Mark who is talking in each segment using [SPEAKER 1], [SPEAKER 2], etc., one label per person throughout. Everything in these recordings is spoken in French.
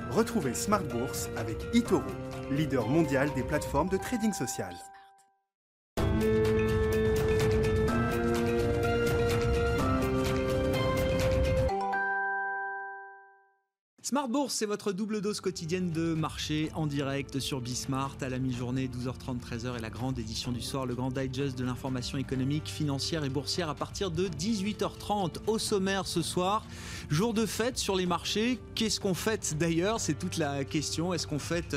[SPEAKER 1] Retrouvez Smart Bourse avec eToro, leader mondial des plateformes de trading social.
[SPEAKER 2] Smart Bourse, c'est votre double dose quotidienne de marché en direct sur Bismart à la mi-journée, 12h30, 13h et la grande édition du soir, le grand digest de l'information économique, financière et boursière à partir de 18h30. Au sommaire ce soir, jour de fête sur les marchés. Qu'est-ce qu'on fête d'ailleurs? C'est toute la question. Est-ce qu'on fête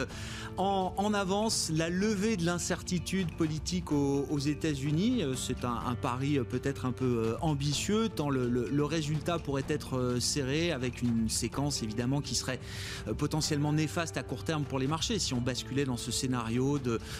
[SPEAKER 2] en avance la levée de l'incertitude politique aux États-Unis? C'est un pari peut-être un peu ambitieux, tant le résultat pourrait être serré avec une séquence évidemment qui serait potentiellement néfaste à court terme pour les marchés si on basculait dans ce scénario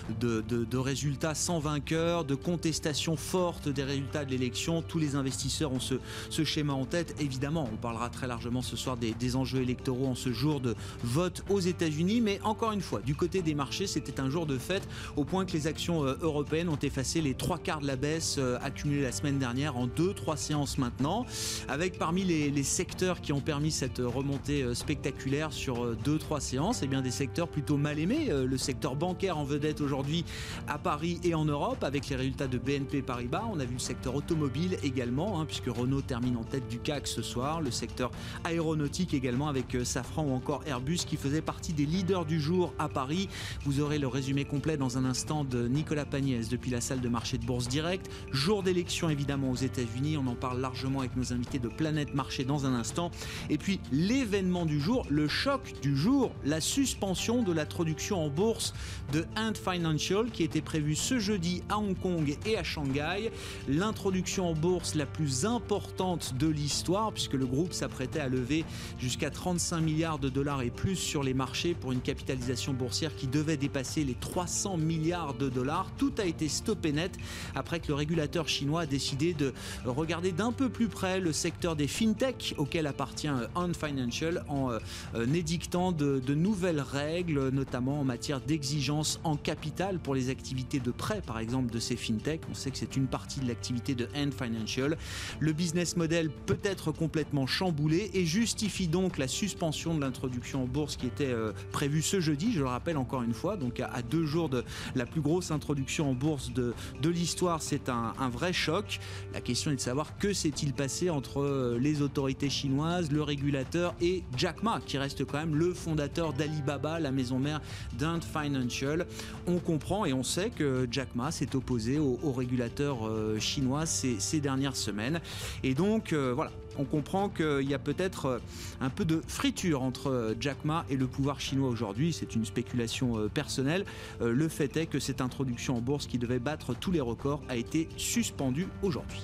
[SPEAKER 2] de résultats sans vainqueur, de contestation forte des résultats de l'élection. Tous les investisseurs ont ce schéma en tête. Évidemment, on parlera très largement ce soir des enjeux électoraux en ce jour de vote aux États-Unis, mais encore une fois, du côté des marchés, c'était un jour de fête au point que les actions européennes ont effacé les 3/4 de la baisse accumulée la semaine dernière en 2-3 séances maintenant, avec parmi les secteurs qui ont permis cette remontée spectaculaire sur 2-3 séances, et bien des secteurs plutôt mal aimés. Le secteur bancaire en vedette aujourd'hui à Paris et en Europe avec les résultats de BNP Paribas. On a vu le secteur automobile également, puisque Renault termine en tête du CAC ce soir. Le secteur aéronautique également avec Safran ou encore Airbus qui faisaient partie des leaders du jour à Paris. Vous aurez le résumé complet dans un instant de Nicolas Pagnès depuis la salle de marché de Bourse Direct. Jour d'élection évidemment aux États-Unis. On en parle largement avec nos invités de Planète Marché dans un instant. Et puis l'événement du jour, le choc du jour, la suspension de l'introduction en bourse de Ant Financial qui était prévue ce jeudi à Hong Kong et à Shanghai. L'introduction en bourse la plus importante de l'histoire puisque le groupe s'apprêtait à lever jusqu'à 35 milliards de dollars et plus sur les marchés pour une capitalisation boursière qui devait dépasser les 300 milliards de dollars. Tout a été stoppé net après que le régulateur chinois a décidé de regarder d'un peu plus près le secteur des fintech auquel appartient Ant Financial en édictant de nouvelles règles, notamment en matière d'exigence en capital pour les activités de prêt, par exemple, de ces fintech. On sait que c'est une partie de l'activité de Ant Financial. Le business model peut être complètement chamboulé et justifie donc la suspension de l'introduction en bourse qui était prévue ce jeudi, je le rappelle encore une fois, donc à 2 jours de la plus grosse introduction en bourse de l'histoire. C'est un vrai choc. La question est de savoir que s'est-il passé entre les autorités chinoises, le régulateur et Jack Ma, qui reste quand même le fondateur d'Alibaba, la maison mère d'Ant Financial. On comprend et on sait que Jack Ma s'est opposé au régulateur chinois ces dernières semaines. Et donc, voilà. On comprend qu'il y a peut-être un peu de friture entre Jack Ma et le pouvoir chinois aujourd'hui. C'est une spéculation personnelle. Le fait est que cette introduction en bourse qui devait battre tous les records a été suspendue aujourd'hui.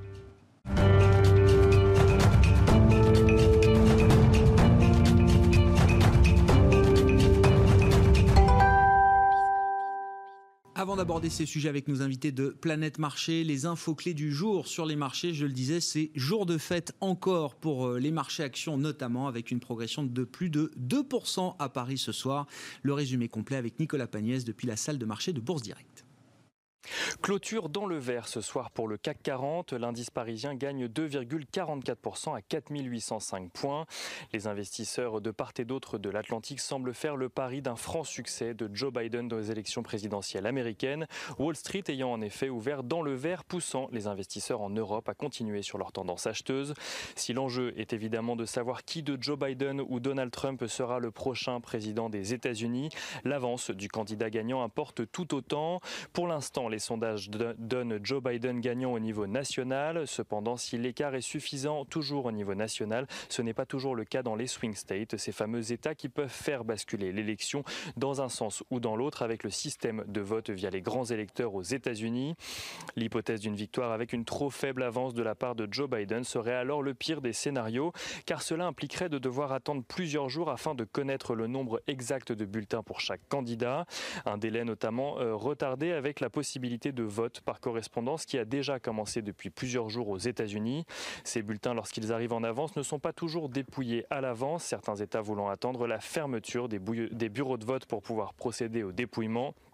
[SPEAKER 2] Avant d'aborder ces sujets avec nos invités de Planète Marché, les infos clés du jour sur les marchés, je le disais, c'est jour de fête encore pour les marchés actions notamment, avec une progression de plus de 2% à Paris ce soir. Le résumé complet avec Nicolas Pagnès depuis la salle de marché de Bourse Direct.
[SPEAKER 3] Clôture dans le vert ce soir pour le CAC 40. L'indice parisien gagne 2,44% à 4805 points. Les investisseurs de part et d'autre de l'Atlantique semblent faire le pari d'un franc succès de Joe Biden dans les élections présidentielles américaines. Wall Street ayant en effet ouvert dans le vert, poussant les investisseurs en Europe à continuer sur leur tendance acheteuse. Si l'enjeu est évidemment de savoir qui de Joe Biden ou Donald Trump sera le prochain président des États-Unis, l'avance du candidat gagnant importe tout autant. Pour l'instant, les sondages donnent Joe Biden gagnant au niveau national. Cependant, si l'écart est suffisant toujours au niveau national, ce n'est pas toujours le cas dans les swing states, ces fameux États qui peuvent faire basculer l'élection dans un sens ou dans l'autre avec le système de vote via les grands électeurs aux États-Unis. L'hypothèse d'une victoire avec une trop faible avance de la part de Joe Biden serait alors le pire des scénarios, car cela impliquerait de devoir attendre plusieurs jours afin de connaître le nombre exact de bulletins pour chaque candidat. Un délai notamment retardé avec la possibilité de vote par correspondance qui a déjà commencé depuis plusieurs jours aux États-Unis. Ces bulletins, lorsqu'ils arrivent en avance, ne sont pas toujours dépouillés à l'avance, certains États voulant attendre la fermeture des bureaux de vote pour pouvoir procéder au dépouillement.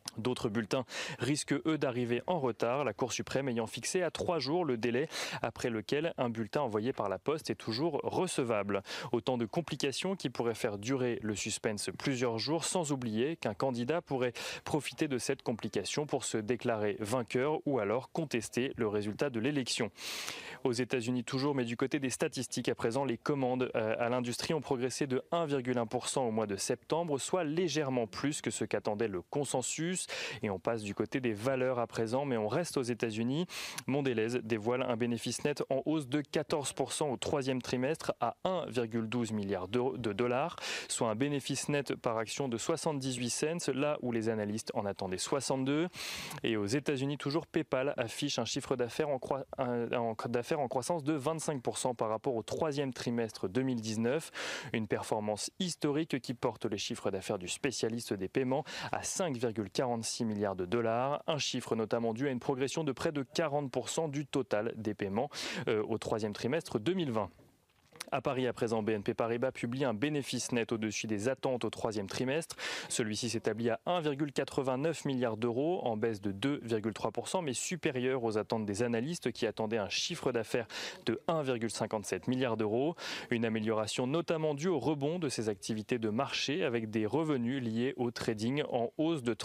[SPEAKER 3] D'autres bulletins risquent, eux, d'arriver en retard, la Cour suprême ayant fixé à 3 jours le délai après lequel un bulletin envoyé par la poste est toujours recevable. Autant de complications qui pourraient faire durer le suspense plusieurs jours, sans oublier qu'un candidat pourrait profiter de cette complication pour se déclarer vainqueur ou alors contester le résultat de l'élection. Aux États-Unis toujours, mais du côté des statistiques à présent, les commandes à l'industrie ont progressé de 1,1% au mois de septembre, soit légèrement plus que ce qu'attendait le consensus. Et on passe du côté des valeurs à présent, mais on reste aux États-Unis. Mondelez dévoile un bénéfice net en hausse de 14% au troisième trimestre à 1,12 milliard de dollars, soit un bénéfice net par action de 78 cents, là où les analystes en attendaient 62. Et aux États-Unis toujours, PayPal affiche un chiffre d'affaires en croissance de 25% par rapport au troisième trimestre 2019. Une performance historique qui porte les chiffres d'affaires du spécialiste des paiements à 5,46 milliards de dollars, un chiffre notamment dû à une progression de près de 40% du total des paiements au troisième trimestre 2020. À Paris, à présent, BNP Paribas publie un bénéfice net au-dessus des attentes au troisième trimestre. Celui-ci s'établit à 1,89 milliard d'euros, en baisse de 2,3%, mais supérieur aux attentes des analystes qui attendaient un chiffre d'affaires de 1,57 milliard d'euros. Une amélioration notamment due au rebond de ses activités de marché avec des revenus liés au trading en hausse de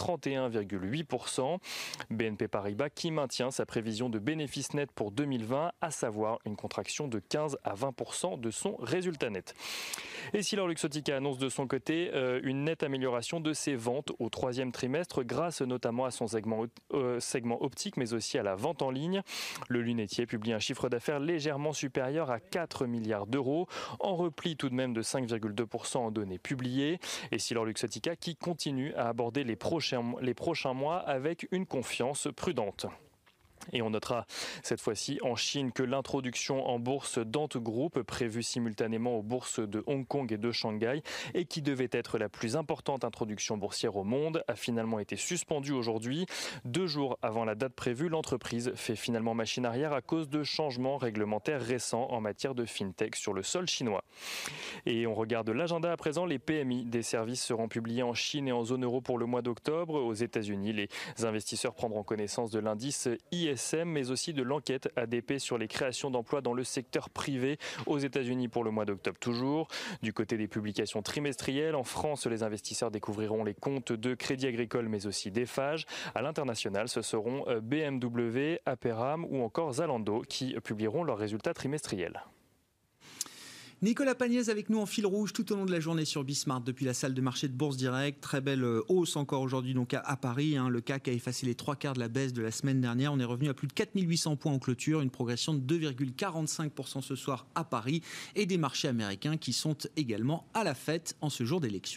[SPEAKER 3] 31,8%. BNP Paribas qui maintient sa prévision de bénéfice net pour 2020, à savoir une contraction de 15 à 20% de son résultat net. Et Silor Luxottica annonce de son côté une nette amélioration de ses ventes au troisième trimestre grâce notamment à son segment optique mais aussi à la vente en ligne. Le lunetier publie un chiffre d'affaires légèrement supérieur à 4 milliards d'euros, en repli tout de même de 5,2% en données publiées. Et Silor Luxottica qui continue à aborder les prochains mois avec une confiance prudente. Et on notera cette fois-ci en Chine que l'introduction en bourse d'Ant Group, prévue simultanément aux bourses de Hong Kong et de Shanghai, et qui devait être la plus importante introduction boursière au monde, a finalement été suspendue aujourd'hui. 2 jours avant la date prévue, l'entreprise fait finalement machine arrière à cause de changements réglementaires récents en matière de fintech sur le sol chinois. Et on regarde l'agenda à présent. Les PMI des services seront publiés en Chine et en zone euro pour le mois d'octobre. Aux États-Unis, les investisseurs prendront connaissance de l'indice ISM, mais aussi de l'enquête ADP sur les créations d'emplois dans le secteur privé aux États-Unis pour le mois d'octobre toujours. Du côté des publications trimestrielles, en France, les investisseurs découvriront les comptes de Crédit Agricole, mais aussi d'Eiffage. À l'international, ce seront BMW, Aperam ou encore Zalando qui publieront leurs résultats trimestriels.
[SPEAKER 2] Nicolas Pagnès avec nous en fil rouge tout au long de la journée sur Bismart depuis la salle de marché de Bourse Direct. Très belle hausse encore aujourd'hui donc à Paris. Le CAC a effacé les 3/4 de la baisse de la semaine dernière. On est revenu à plus de 4800 points en clôture, une progression de 2,45% ce soir à Paris et des marchés américains qui sont également à la fête en ce jour d'élection.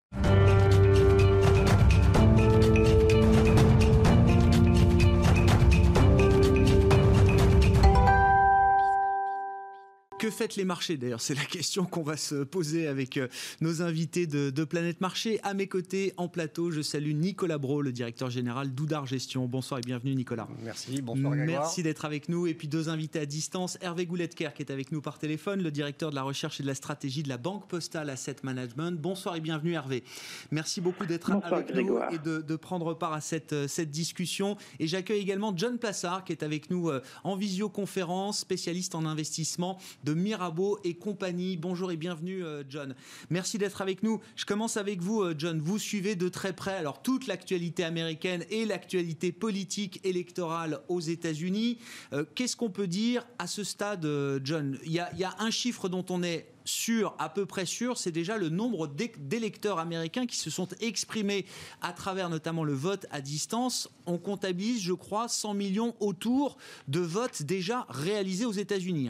[SPEAKER 2] Que fêtent les marchés d'ailleurs? C'est la question qu'on va se poser avec nos invités de Planète Marché. À mes côtés, en plateau, je salue Nicolas Brault, le directeur général d'Oudart Gestion. Bonsoir et bienvenue Nicolas.
[SPEAKER 4] Merci, bonsoir Grégoire.
[SPEAKER 2] Merci d'être avec nous. Et puis 2 invités à distance, Hervé Gouletker qui est avec nous par téléphone, le directeur de la recherche et de la stratégie de la Banque Postale Asset Management. Bonsoir et bienvenue Hervé. Merci beaucoup d'être avec Grégoire. Nous et de prendre part à cette discussion. Et j'accueille également John Plassard qui est avec nous en visioconférence, spécialiste en investissement de Mirabeau et compagnie. Bonjour et bienvenue John. Merci d'être avec nous. Je commence avec vous John. Vous suivez de très près alors toute l'actualité américaine et l'actualité politique électorale aux États-Unis. Qu'est-ce qu'on peut dire à ce stade John? Il y a un chiffre dont on est sûr, à peu près sûr, c'est déjà le nombre d'électeurs américains qui se sont exprimés à travers notamment le vote à distance. On comptabilise, je crois, 100 millions autour de votes déjà réalisés aux États-Unis.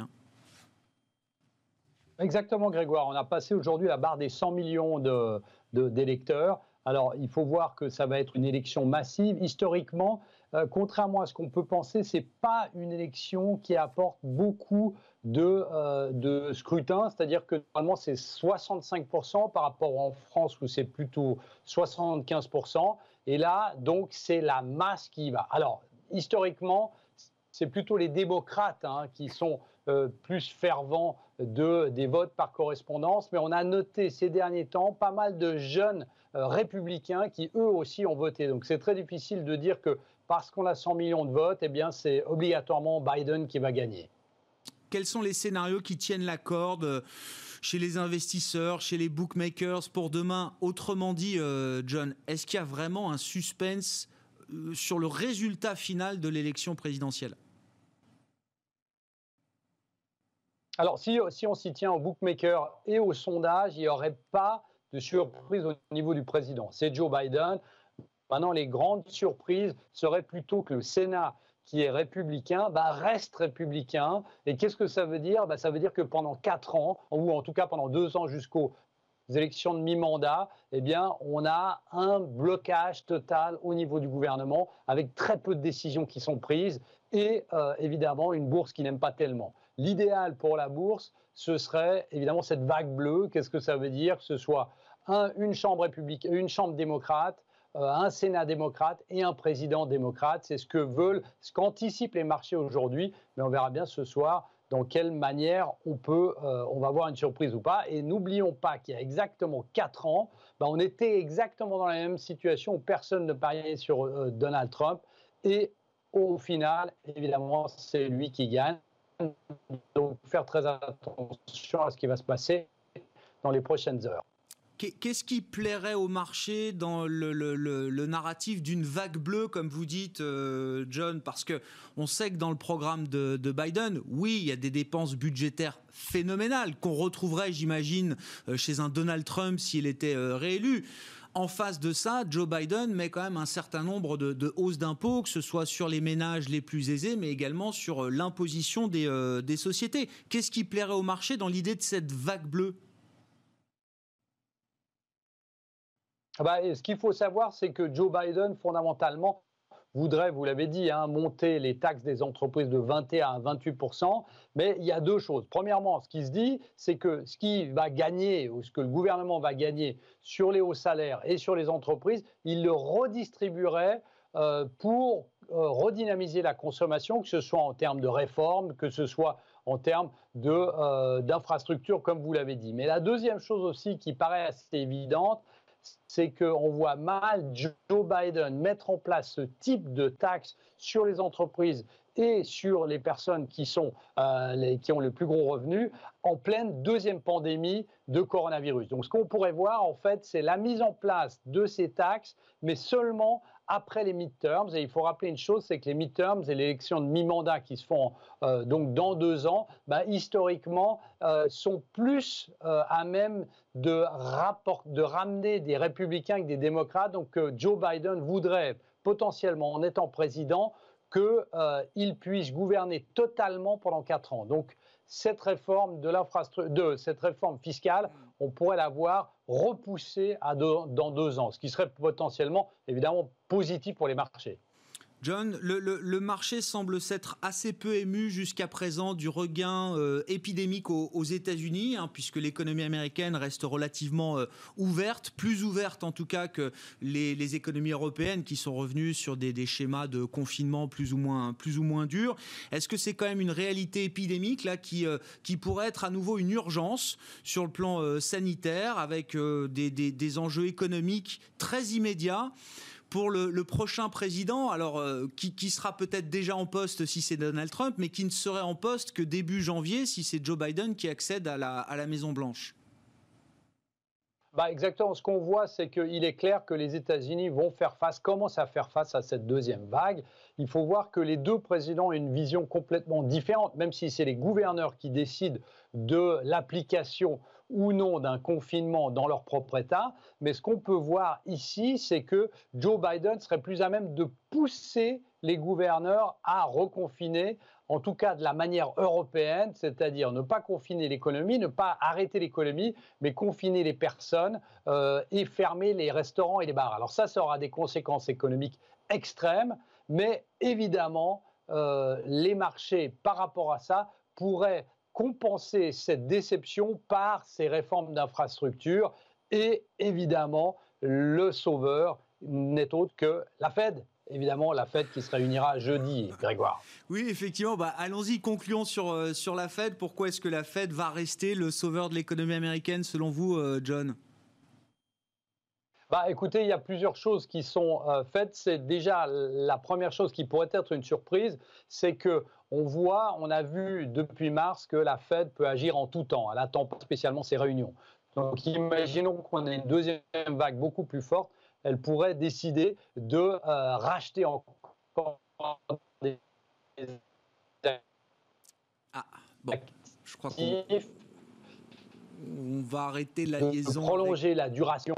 [SPEAKER 4] Exactement Grégoire, on a passé aujourd'hui la barre des 100 millions d'électeurs. Alors il faut voir que ça va être une élection massive. Historiquement, contrairement à ce qu'on peut penser, ce n'est pas une élection qui apporte beaucoup de scrutin, c'est-à-dire que normalement c'est 65% par rapport en France où c'est plutôt 75%. Et là, donc, c'est la masse qui y va. Alors, historiquement, c'est plutôt les démocrates qui sont plus fervent des votes par correspondance, mais on a noté ces derniers temps pas mal de jeunes républicains qui eux aussi ont voté. Donc c'est très difficile de dire que parce qu'on a 100 millions de votes, eh bien c'est obligatoirement Biden qui va gagner.
[SPEAKER 2] Quels sont les scénarios qui tiennent la corde chez les investisseurs, chez les bookmakers pour demain? Autrement dit, John, est-ce qu'il y a vraiment un suspense sur le résultat final de l'élection présidentielle?
[SPEAKER 4] Alors, si on s'y tient aux bookmakers et aux sondages, il n'y aurait pas de surprise au niveau du président. C'est Joe Biden. Maintenant, les grandes surprises seraient plutôt que le Sénat, qui est républicain, reste républicain. Et qu'est-ce que ça veut dire? Ça veut dire que pendant 4 ans, ou en tout cas pendant 2 ans jusqu'aux élections de mi-mandat, eh bien, on a un blocage total au niveau du gouvernement, avec très peu de décisions qui sont prises et évidemment une bourse qui n'aime pas tellement. L'idéal pour la bourse, ce serait évidemment cette vague bleue. Qu'est-ce que ça veut dire? Que ce soit une chambre républicaine, une chambre démocrate, un Sénat démocrate et un président démocrate. C'est ce qu'anticipent les marchés aujourd'hui, mais on verra bien ce soir dans quelle manière on va avoir une surprise ou pas. Et n'oublions pas qu'il y a exactement 4 ans, on était exactement dans la même situation où personne ne pariait sur Donald Trump. Et au final, évidemment, c'est lui qui gagne. Donc, faire très attention à ce qui va se passer dans les prochaines heures.
[SPEAKER 2] Qu'est-ce qui plairait au marché dans le narratif d'une vague bleue, comme vous dites, John? Parce qu'on sait que dans le programme de Biden, oui, il y a des dépenses budgétaires phénoménales qu'on retrouverait, j'imagine, chez un Donald Trump s'il était réélu. En face de ça, Joe Biden met quand même un certain nombre de hausses d'impôts, que ce soit sur les ménages les plus aisés, mais également sur l'imposition des sociétés. Qu'est-ce qui plairait au marché dans l'idée de cette vague bleue?
[SPEAKER 4] Ce qu'il faut savoir, c'est que Joe Biden, fondamentalement, voudrait, vous l'avez dit, monter les taxes des entreprises de 21 à 28%. Mais il y a 2 choses. Premièrement, ce qui se dit, c'est que ce qui va gagner, ou ce que le gouvernement va gagner sur les hauts salaires et sur les entreprises, il le redistribuerait pour redynamiser la consommation, que ce soit en termes de réformes, que ce soit en termes d'infrastructures, comme vous l'avez dit. Mais la deuxième chose aussi qui paraît assez évidente, c'est qu'on voit mal Joe Biden mettre en place ce type de taxes sur les entreprises et sur les personnes qui ont le plus gros revenu en pleine deuxième pandémie de coronavirus. Donc ce qu'on pourrait voir, en fait, c'est la mise en place de ces taxes, mais seulement après les midterms. Et il faut rappeler une chose, c'est que les midterms et l'élection de mi-mandat qui se font donc dans 2 ans, historiquement, sont plus à même de ramener des républicains avec des démocrates. Donc Joe Biden voudrait potentiellement, en étant président, qu'il puisse gouverner totalement pendant 4 ans. Donc cette réforme cette réforme fiscale, on pourrait la voir repoussée dans 2 ans, ce qui serait potentiellement, évidemment, positif pour les marchés.
[SPEAKER 2] John, le marché semble s'être assez peu ému jusqu'à présent du regain épidémique aux États-Unis, puisque l'économie américaine reste relativement ouverte, plus ouverte en tout cas que les économies européennes qui sont revenues sur des schémas de confinement plus ou moins durs. Est-ce que c'est quand même une réalité épidémique là qui pourrait être à nouveau une urgence sur le plan sanitaire, avec des enjeux économiques très immédiats pour le prochain président, alors qui sera peut-être déjà en poste si c'est Donald Trump, mais qui ne serait en poste que début janvier si c'est Joe Biden qui accède à la Maison-Blanche?
[SPEAKER 4] Exactement. Ce qu'on voit, c'est qu'il est clair que les États-Unis commencent à faire face à cette deuxième vague. Il faut voir que les 2 présidents ont une vision complètement différente, même si c'est les gouverneurs qui décident de l'application ou non d'un confinement dans leur propre État. Mais ce qu'on peut voir ici, c'est que Joe Biden serait plus à même de pousser les gouverneurs à reconfiner, en tout cas de la manière européenne, c'est-à-dire ne pas confiner l'économie, ne pas arrêter l'économie, mais confiner les personnes et fermer les restaurants et les bars. Alors ça aura des conséquences économiques extrêmes, mais évidemment, les marchés, par rapport à ça, pourraient compenser cette déception par ces réformes d'infrastructure. Et évidemment, le sauveur n'est autre que la Fed. évidemment la Fed qui se réunira jeudi, Grégoire.
[SPEAKER 2] Oui, effectivement. Allons-y, concluons sur la Fed. Pourquoi est-ce que la Fed va rester le sauveur de l'économie américaine, selon vous, John ?
[SPEAKER 4] Écoutez, il y a plusieurs choses qui sont faites. C'est déjà la première chose qui pourrait être une surprise, c'est que on a vu depuis mars que la Fed peut agir en tout temps. Elle n'attend pas spécialement ses réunions. Donc, imaginons qu'on ait une deuxième vague beaucoup plus forte. Elle pourrait décider de racheter encore des
[SPEAKER 2] je crois qu'on va arrêter la liaison.
[SPEAKER 4] De prolonger la duration.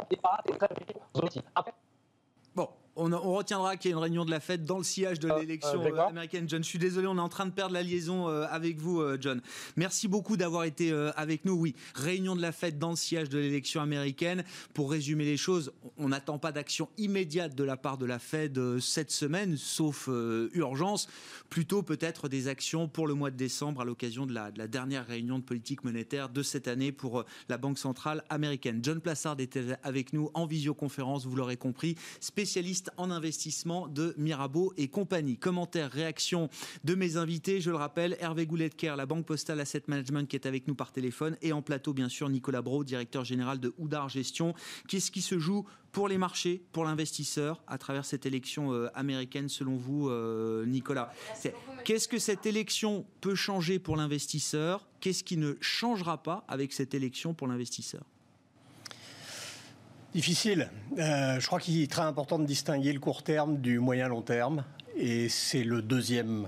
[SPEAKER 2] Bon, on retiendra qu'il y a une réunion de la Fed dans le sillage de l'élection américaine. John, je suis désolé, on est en train de perdre la liaison avec vous, John. Merci beaucoup d'avoir été avec nous. Oui, réunion de la Fed dans le sillage de l'élection américaine. Pour résumer les choses, on n'attend pas d'action immédiate de la part de la Fed cette semaine, sauf urgence. Plutôt peut-être des actions pour le mois de décembre à l'occasion de la dernière réunion de politique monétaire de cette année pour la Banque centrale américaine. John Plassard était avec nous en visioconférence, vous l'aurez compris, spécialiste en investissement de Mirabeau et compagnie. Commentaires, réactions de mes invités, je le rappelle, Hervé Goulet-Kerr, la Banque Postale Asset Management qui est avec nous par téléphone, et en plateau bien sûr Nicolas Brault, directeur général de Oudart Gestion. Qu'est-ce qui se joue pour les marchés, pour l'investisseur, à travers cette élection américaine, selon vous, Nicolas ? Qu'est-ce que cette élection peut changer pour l'investisseur ? Qu'est-ce qui ne changera pas avec cette élection pour l'investisseur ?
[SPEAKER 5] Difficile. Je crois qu'il est très important de distinguer le court terme du moyen-long terme. Et c'est le deuxième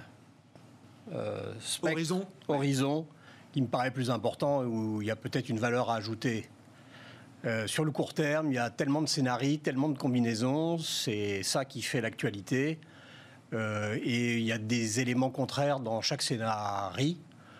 [SPEAKER 5] horizon qui me paraît plus important, où il y a peut-être une valeur à ajouter. Sur le court terme, il y a tellement de scénarios, tellement de combinaisons, c'est ça qui fait l'actualité. Et il y a des éléments contraires dans chaque scénario.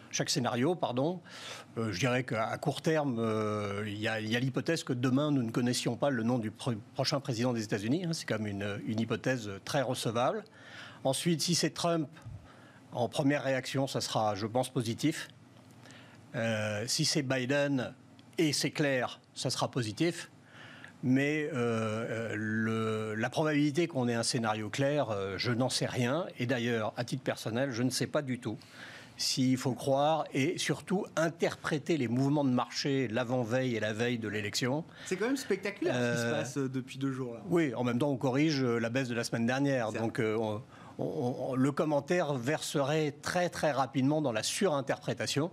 [SPEAKER 5] Je dirais qu'à court terme, il y a l'hypothèse que demain, nous ne connaissions pas le nom du prochain président des États-Unis. C'est quand même une hypothèse très recevable. Ensuite, si c'est Trump, en première réaction, ça sera, je pense, positif. Si c'est Biden, et c'est clair, ça sera positif. Mais la probabilité qu'on ait un scénario clair, je n'en sais rien. Et d'ailleurs, à titre personnel, je ne sais pas du tout s'il faut croire et surtout interpréter les mouvements de marché l'avant-veille et la veille de l'élection.
[SPEAKER 2] C'est quand même spectaculaire ce qui se passe depuis 2 jours. Là.
[SPEAKER 5] Oui, en même temps, on corrige la baisse de la semaine dernière. Donc, le commentaire verserait très, très rapidement dans la surinterprétation.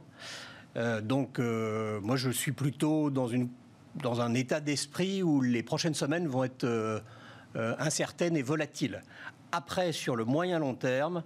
[SPEAKER 5] Moi, je suis plutôt dans un état d'esprit où les prochaines semaines vont être incertaines et volatiles. Après, sur le moyen-long terme,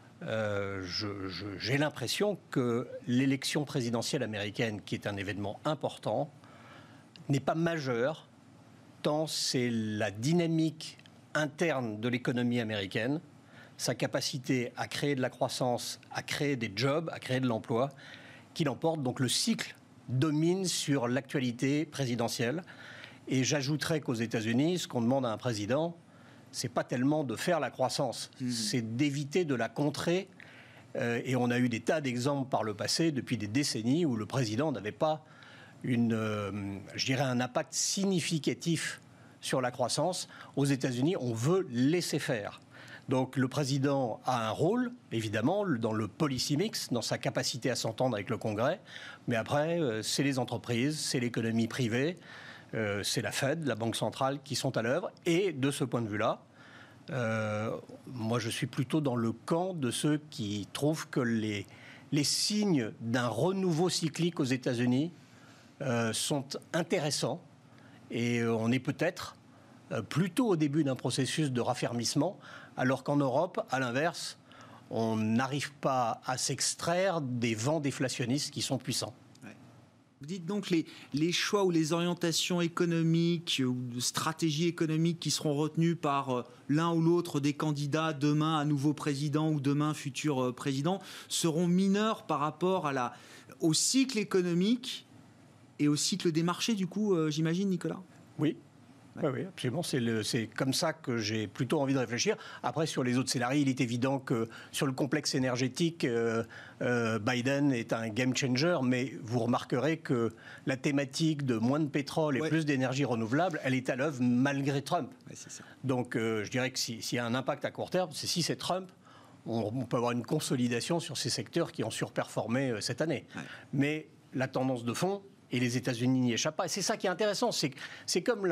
[SPEAKER 5] j'ai l'impression que l'élection présidentielle américaine, qui est un événement important, n'est pas majeure, tant c'est la dynamique interne de l'économie américaine, sa capacité à créer de la croissance, à créer des jobs, à créer de l'emploi, qui l'emporte. Donc le cycle domine sur l'actualité présidentielle. Et j'ajouterais qu'aux États-Unis, ce qu'on demande à un président, c'est pas tellement de faire la croissance, c'est d'éviter de la contrer. Et on a eu des tas d'exemples par le passé, depuis des décennies, où le président n'avait pas un impact significatif sur la croissance. Aux États-Unis, on veut laisser faire. Donc le président a un rôle, évidemment, dans le policy mix, dans sa capacité à s'entendre avec le Congrès. Mais après, c'est les entreprises, c'est l'économie privée, c'est la Fed, la Banque centrale qui sont à l'œuvre. Et de ce point de vue-là, moi je suis plutôt dans le camp de ceux qui trouvent que les signes d'un renouveau cyclique aux États-Unis sont intéressants. Et on est peut-être plutôt au début d'un processus de raffermissement, alors qu'en Europe, à l'inverse, on n'arrive pas à s'extraire des vents déflationnistes qui sont puissants.
[SPEAKER 2] Vous dites donc les choix ou les orientations économiques ou de stratégies économiques qui seront retenues par l'un ou l'autre des candidats demain à nouveau président ou demain futur président seront mineurs par rapport au cycle économique et au cycle des marchés, du coup, j'imagine, Nicolas ?
[SPEAKER 5] Oui.
[SPEAKER 2] Ouais.
[SPEAKER 5] Oui, absolument. C'est comme ça que j'ai plutôt envie de réfléchir. Après, sur les autres scénarios, il est évident que sur le complexe énergétique, Biden est un game changer, mais vous remarquerez que la thématique de moins de pétrole et plus d'énergie renouvelable, elle est à l'œuvre malgré Trump.
[SPEAKER 2] Ouais, c'est ça.
[SPEAKER 5] Donc, je dirais que s'il y a un impact à court terme, si c'est Trump, on peut avoir une consolidation sur ces secteurs qui ont surperformé cette année. Ouais. Mais la tendance de fond, et les États-Unis n'y échappent pas. Et c'est ça qui est intéressant. C'est comme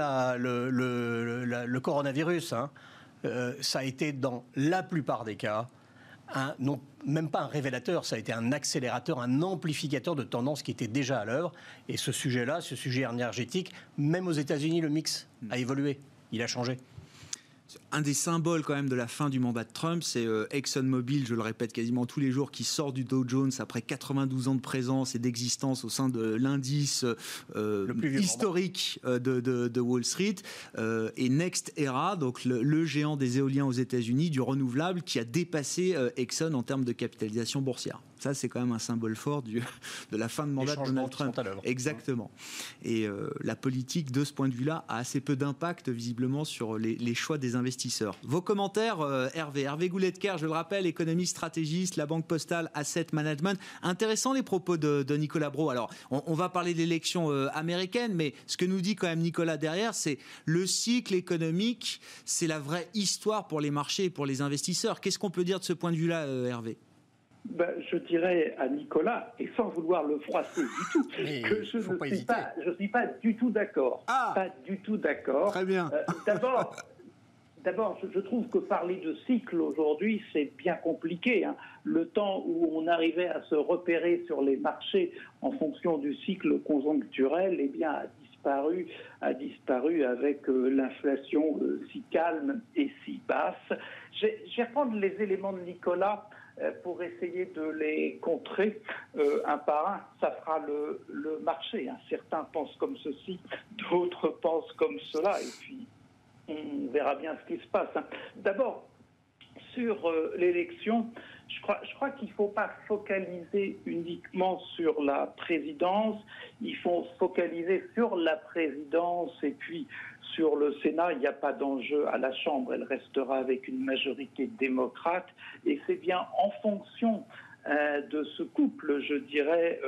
[SPEAKER 5] le coronavirus. Hein. Ça a été, dans la plupart des cas, non, même pas un révélateur, ça a été un accélérateur, un amplificateur de tendances qui étaient déjà à l'œuvre. Et ce sujet-là, ce sujet énergétique, même aux États-Unis, le mix a évolué. Il a changé.
[SPEAKER 2] Un des symboles quand même de la fin du mandat de Trump, c'est ExxonMobil, je le répète quasiment tous les jours, qui sort du Dow Jones après 92 ans de présence et d'existence au sein de l'indice historique de Wall Street, et NextEra, donc le géant des éoliens aux États-Unis, du renouvelable, qui a dépassé Exxon en termes de capitalisation boursière. Ça, c'est quand même un symbole fort de la fin de mandat de Donald Trump. Exactement. Et la politique, de ce point de vue-là, a assez peu d'impact, visiblement, sur les choix des investisseurs. Vos commentaires, Hervé Goulet-Kerr, je le rappelle, économiste, stratégiste, la Banque Postale Asset Management. Intéressant les propos de Nicolas Brault. Alors, on va parler de l'élection américaine, mais ce que nous dit quand même Nicolas derrière, c'est le cycle économique, c'est la vraie histoire pour les marchés et pour les investisseurs. Qu'est-ce qu'on peut dire de ce point de vue-là, Hervé ?
[SPEAKER 6] Je dirais à Nicolas, et sans vouloir le froisser du tout, que je ne suis pas du tout d'accord. Pas du tout d'accord.
[SPEAKER 2] Très bien.
[SPEAKER 6] D'abord, je trouve que parler de cycle aujourd'hui, c'est bien compliqué. Hein. Le temps où on arrivait à se repérer sur les marchés en fonction du cycle conjoncturel, eh bien, a disparu avec l'inflation si calme et si basse. Je vais reprendre les éléments de Nicolas pour essayer de les contrer un par un. Ça fera le marché. Hein. Certains pensent comme ceci, d'autres pensent comme cela, et puis on verra bien ce qui se passe. Hein. D'abord, sur l'élection, je crois qu'il ne faut pas focaliser uniquement sur la présidence, il faut focaliser sur la présidence et puis sur le Sénat, il n'y a pas d'enjeu à la Chambre, elle restera avec une majorité démocrate et c'est bien en fonction de ce couple, je dirais,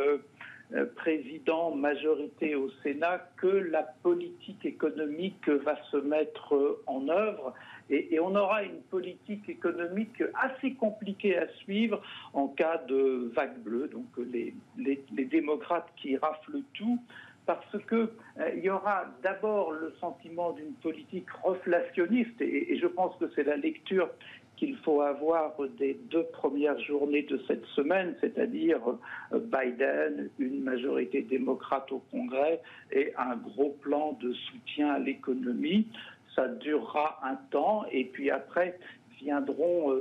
[SPEAKER 6] président-majorité au Sénat que la politique économique va se mettre en œuvre et on aura une politique économique assez compliquée à suivre en cas de vague bleue, donc les démocrates qui raflent tout, parce que il y aura d'abord le sentiment d'une politique reflationniste et je pense que c'est la lecture qu'il faut avoir des 2 premières journées de cette semaine, c'est-à-dire Biden, une majorité démocrate au Congrès et un gros plan de soutien à l'économie. Ça durera un temps et puis après viendra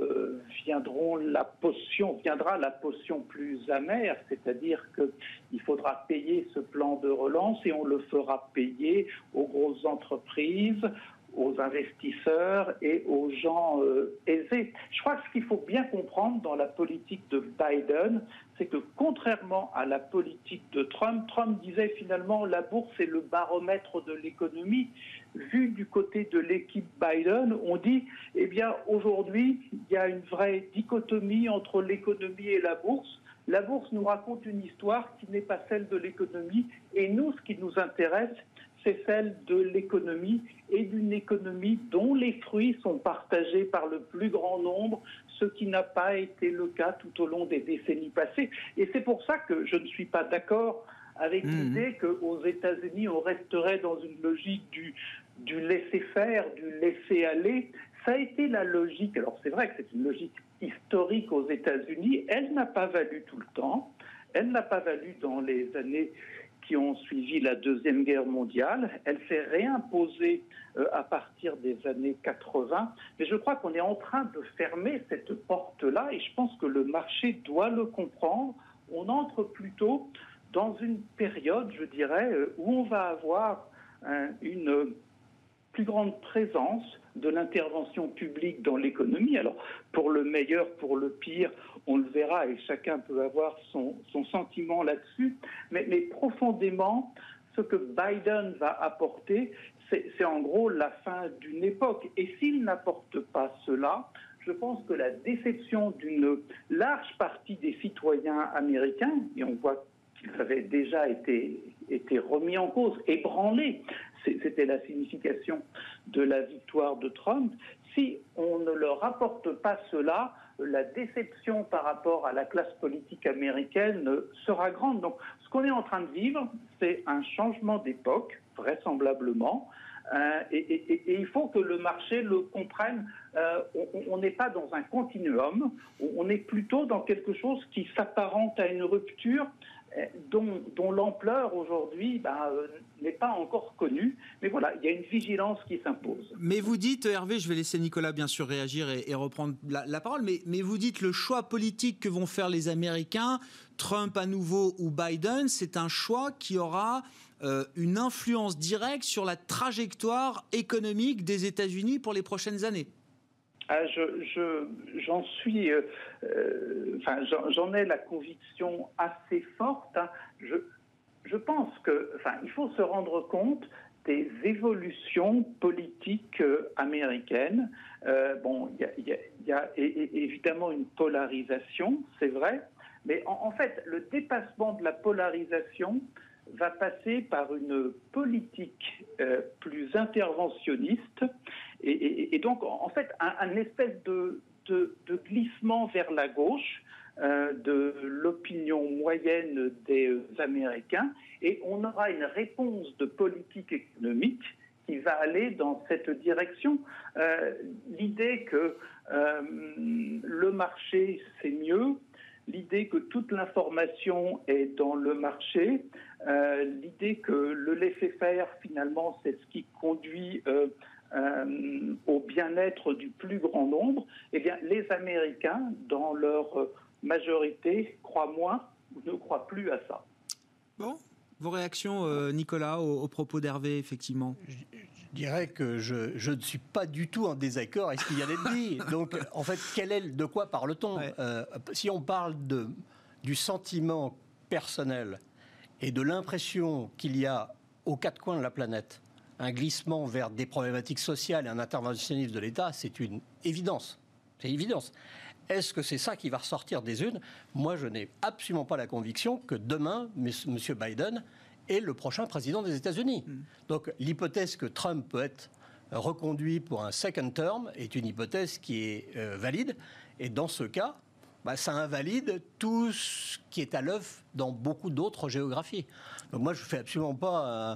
[SPEAKER 6] la potion plus amère, c'est-à-dire qu'il faudra payer ce plan de relance et on le fera payer aux grosses entreprises, aux investisseurs et aux gens aisés. Je crois que ce qu'il faut bien comprendre dans la politique de Biden, c'est que contrairement à la politique de Trump disait finalement la bourse est le baromètre de l'économie. Vu du côté de l'équipe Biden, on dit, eh bien aujourd'hui, il y a une vraie dichotomie entre l'économie et la bourse. La bourse nous raconte une histoire qui n'est pas celle de l'économie et nous, ce qui nous intéresse, c'est celle de l'économie et d'une économie dont les fruits sont partagés par le plus grand nombre, ce qui n'a pas été le cas tout au long des décennies passées. Et c'est pour ça que je ne suis pas d'accord avec l'idée qu'aux États-Unis, on resterait dans une logique du laisser-faire, du laisser-aller. Ça a été la logique, alors c'est vrai que c'est une logique historique aux États-Unis, elle n'a pas valu tout le temps, elle n'a pas valu dans les années qui ont suivi la Deuxième Guerre mondiale. Elle s'est réimposée à partir des années 80. Mais je crois qu'on est en train de fermer cette porte-là et je pense que le marché doit le comprendre. On entre plutôt dans une période, je dirais, où on va avoir une plus grande présence de l'intervention publique dans l'économie. Alors, pour le meilleur, pour le pire, on le verra et chacun peut avoir son sentiment là-dessus. Mais profondément, Ce que Biden va apporter, c'est en gros la fin d'une époque. Et s'il n'apporte pas cela, je pense que la déception d'une large partie des citoyens américains, et on voit qu'ils avaient déjà été remis en cause, ébranlés, c'était la signification de la victoire de Trump, si on ne leur apporte pas cela, la déception par rapport à la classe politique américaine sera grande. Donc ce qu'on est en train de vivre, c'est un changement d'époque, vraisemblablement, et il faut que le marché le comprenne. On n'est pas dans un continuum, on est plutôt dans quelque chose qui s'apparente à une rupture dont l'ampleur aujourd'hui n'est pas encore connue. Mais voilà, il y a une vigilance qui s'impose.
[SPEAKER 2] Mais vous dites, Hervé, je vais laisser Nicolas bien sûr réagir et reprendre la parole, mais vous dites le choix politique que vont faire les Américains, Trump à nouveau ou Biden, c'est un choix qui aura une influence directe sur la trajectoire économique des États-Unis pour les prochaines années.
[SPEAKER 6] J'en suis, j'en ai la conviction assez forte. Je pense il faut se rendre compte des évolutions politiques américaines. Il y a évidemment une polarisation, c'est vrai, mais en fait, le dépassement de la polarisation va passer par une politique plus interventionniste et donc en fait un espèce de glissement vers la gauche de l'opinion moyenne des Américains, et on aura une réponse de politique économique qui va aller dans cette direction. L'idée que le marché c'est mieux, l'idée que toute l'information est dans le marché, l'idée que le laisser-faire, finalement, c'est ce qui conduit au bien-être du plus grand nombre, eh bien, les Américains, dans leur majorité, croient moins ou ne croient plus à ça.
[SPEAKER 2] Bon, vos réactions, Nicolas, aux propos d'Hervé, effectivement.
[SPEAKER 5] Je dirais que je ne suis pas du tout en désaccord avec ce qu'il vient d'être dit. Donc, en fait, de quoi parle-t-on ? Si on parle du sentiment personnel et de l'impression qu'il y a aux quatre coins de la planète un glissement vers des problématiques sociales et un interventionnisme de l'État, c'est une évidence. C'est une évidence. Est-ce que c'est ça qui va ressortir des urnes ? Moi, je n'ai absolument pas la conviction que demain, M. Biden est le prochain président des États-Unis. Donc l'hypothèse que Trump peut être reconduit pour un second term est une hypothèse qui est valide. Et dans ce cas, ça invalide tout ce qui est à l'œuvre dans beaucoup d'autres géographies. Donc moi, je ne fais absolument pas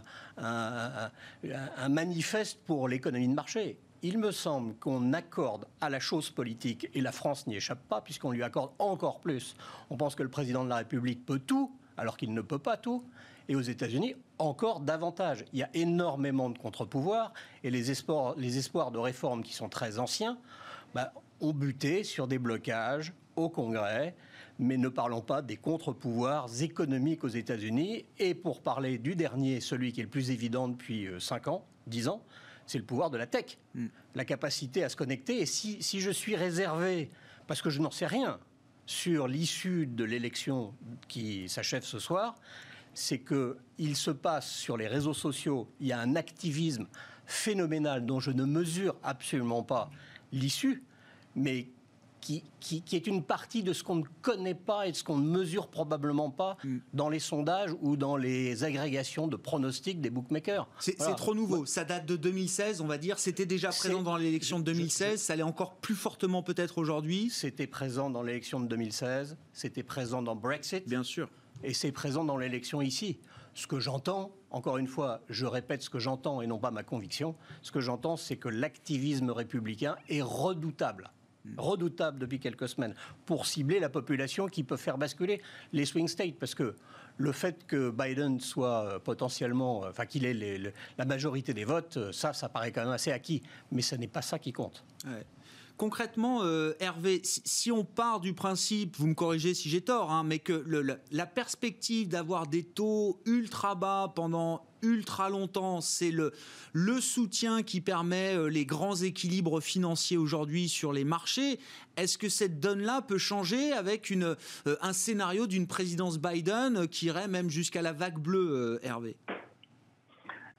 [SPEAKER 5] un manifeste pour l'économie de marché. Il me semble qu'on accorde à la chose politique, et la France n'y échappe pas, puisqu'on lui accorde encore plus. On pense que le président de la République peut tout, alors qu'il ne peut pas tout. Et aux États-Unis, encore davantage. Il y a énormément de contre-pouvoirs, et les espoirs de réforme qui sont très anciens ont buté sur des blocages au Congrès, mais ne parlons pas des contre-pouvoirs économiques aux États-Unis. Et pour parler du dernier, celui qui est le plus évident depuis 5 ans, 10 ans, c'est le pouvoir de la tech, la capacité à se connecter. Et si je suis réservé, parce que je n'en sais rien, sur l'issue de l'élection qui s'achève ce soir, c'est qu'il se passe sur les réseaux sociaux, il y a un activisme phénoménal dont je ne mesure absolument pas l'issue, mais qui est une partie de ce qu'on ne connaît pas et de ce qu'on ne mesure probablement pas dans les sondages ou dans les agrégations de pronostics des bookmakers.
[SPEAKER 2] C'est trop nouveau. Ça date de 2016, on va dire. C'était déjà présent dans l'élection de 2016. Ça l'est encore plus fortement peut-être aujourd'hui.
[SPEAKER 5] C'était présent dans l'élection de 2016. C'était présent dans Brexit.
[SPEAKER 2] Bien sûr.
[SPEAKER 5] Et c'est présent dans l'élection ici. Ce que j'entends, encore une fois, je répète ce que j'entends et non pas ma conviction, ce que j'entends, c'est que l'activisme républicain est redoutable. Redoutable depuis quelques semaines, pour cibler la population qui peut faire basculer les swing states. Parce que le fait que Biden soit potentiellement, qu'il ait la majorité des votes, ça paraît quand même assez acquis. Mais ce n'est pas ça qui compte.
[SPEAKER 2] Ouais. Concrètement, Hervé, si on part du principe, vous me corrigez si j'ai tort, mais que la perspective d'avoir des taux ultra bas pendant ultra longtemps, c'est le soutien qui permet les grands équilibres financiers aujourd'hui sur les marchés, est-ce que cette donne-là peut changer avec un scénario d'une présidence Biden qui irait même jusqu'à la vague bleue, Hervé ?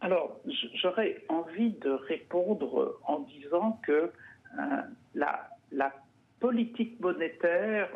[SPEAKER 6] Alors, j'aurais envie de répondre en disant que la politique monétaire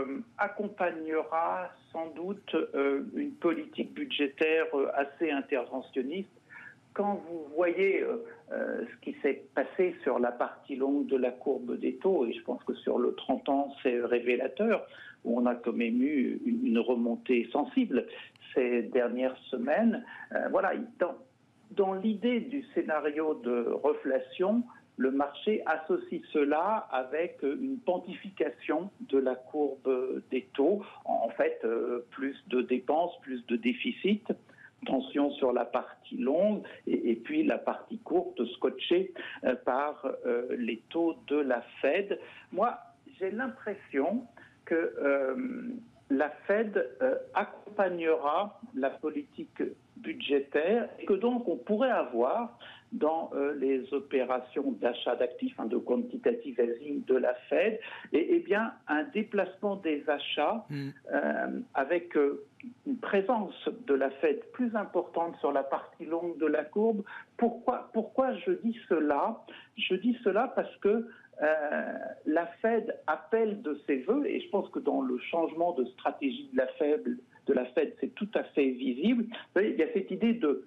[SPEAKER 6] accompagnera sans doute une politique budgétaire assez interventionniste. Quand vous voyez ce qui s'est passé sur la partie longue de la courbe des taux, et je pense que sur le 30 ans, c'est révélateur, où on a quand même eu une remontée sensible ces dernières semaines, voilà, dans l'idée du scénario de reflation, le marché associe cela avec une pontification de la courbe des taux, en fait plus de dépenses, plus de déficit, tension sur la partie longue et puis la partie courte scotchée par les taux de la Fed. Moi, j'ai l'impression que la Fed accompagnera la politique budgétaire et que donc on pourrait avoir dans les opérations d'achat d'actifs, de quantitative easing de la Fed, et bien un déplacement des achats avec une présence de la Fed plus importante sur la partie longue de la courbe. Pourquoi je dis cela ? Je dis cela parce que la Fed appelle de ses voeux, et je pense que dans le changement de stratégie de la Fed, c'est tout à fait visible. Vous voyez, il y a cette idée de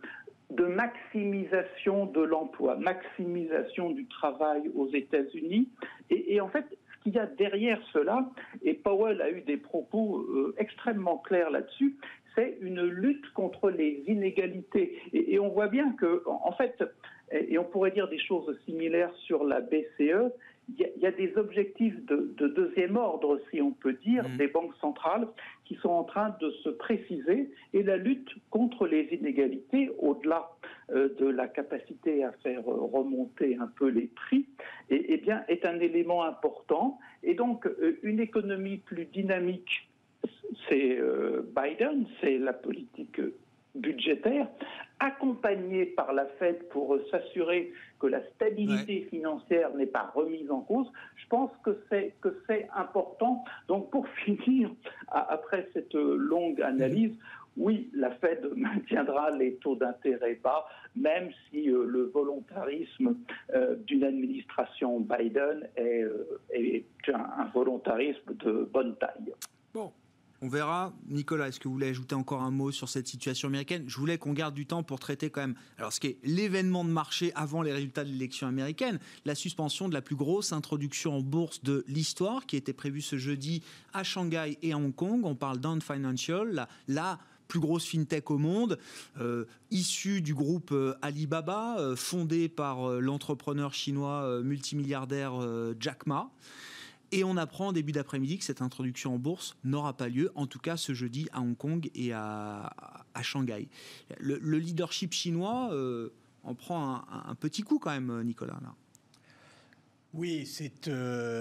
[SPEAKER 6] maximisation de l'emploi, maximisation du travail aux États-Unis. Et en fait, ce qu'il y a derrière cela, et Powell a eu des propos extrêmement clairs là-dessus, c'est une lutte contre les inégalités. Et on voit bien que, en fait, et on pourrait dire des choses similaires sur la BCE, il y a des objectifs de deuxième ordre, si on peut dire, des banques centrales qui sont en train de se préciser, et la lutte contre les inégalités, au-delà de la capacité à faire remonter un peu les prix, bien, est un élément important. Et donc, une économie plus dynamique, c'est Biden, c'est la politique budgétaire, accompagnée par la Fed pour s'assurer que la stabilité financière n'est pas remise en cause. Je pense que c'est important. Donc pour finir, après cette longue analyse, oui, la Fed maintiendra les taux d'intérêt bas, même si le volontarisme d'une administration Biden est un volontarisme de bonne taille.
[SPEAKER 2] Bon. On verra. Nicolas, est-ce que vous voulez ajouter encore un mot sur cette situation américaine ? Je voulais qu'on garde du temps pour traiter quand même, alors ce qui est l'événement de marché avant les résultats de l'élection américaine, la suspension de la plus grosse introduction en bourse de l'histoire qui était prévue ce jeudi à Shanghai et à Hong Kong. On parle d'Ant Financial, la plus grosse fintech au monde, issue du groupe Alibaba, fondée par l'entrepreneur chinois multimilliardaire Jack Ma. Et on apprend en début d'après-midi que cette introduction en bourse n'aura pas lieu, en tout cas ce jeudi à Hong Kong et à Shanghai. Le leadership chinois en prend un petit coup quand même, Nicolas. Là.
[SPEAKER 5] Oui, c'est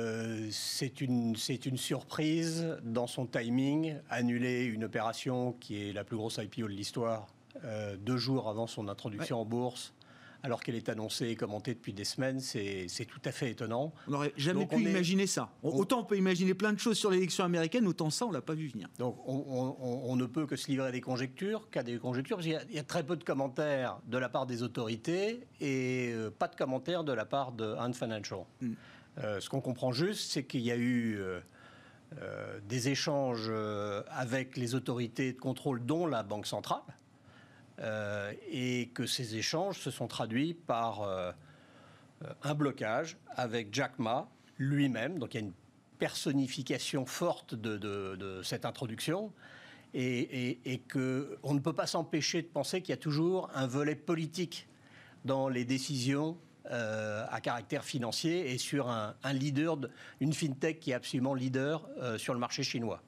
[SPEAKER 5] une surprise dans son timing. Annuler une opération qui est la plus grosse IPO de l'histoire 2 jours avant son introduction en bourse, alors qu'elle est annoncée et commentée depuis des semaines, c'est tout à fait étonnant.
[SPEAKER 2] On n'aurait jamais pu imaginer ça. Autant on peut imaginer plein de choses sur l'élection américaine, autant ça, on ne l'a pas vu venir.
[SPEAKER 5] Donc on ne peut que se livrer à des conjectures, parce qu'il y a très peu de commentaires de la part des autorités et pas de commentaires de la part de Ant Financial. Ce qu'on comprend juste, c'est qu'il y a eu des échanges avec les autorités de contrôle, dont la Banque centrale, et que ces échanges se sont traduits par un blocage avec Jack Ma lui-même. Donc il y a une personnification forte de cette introduction et qu'on ne peut pas s'empêcher de penser qu'il y a toujours un volet politique dans les décisions à caractère financier et sur un leader, une fintech qui est absolument leader sur le marché chinois.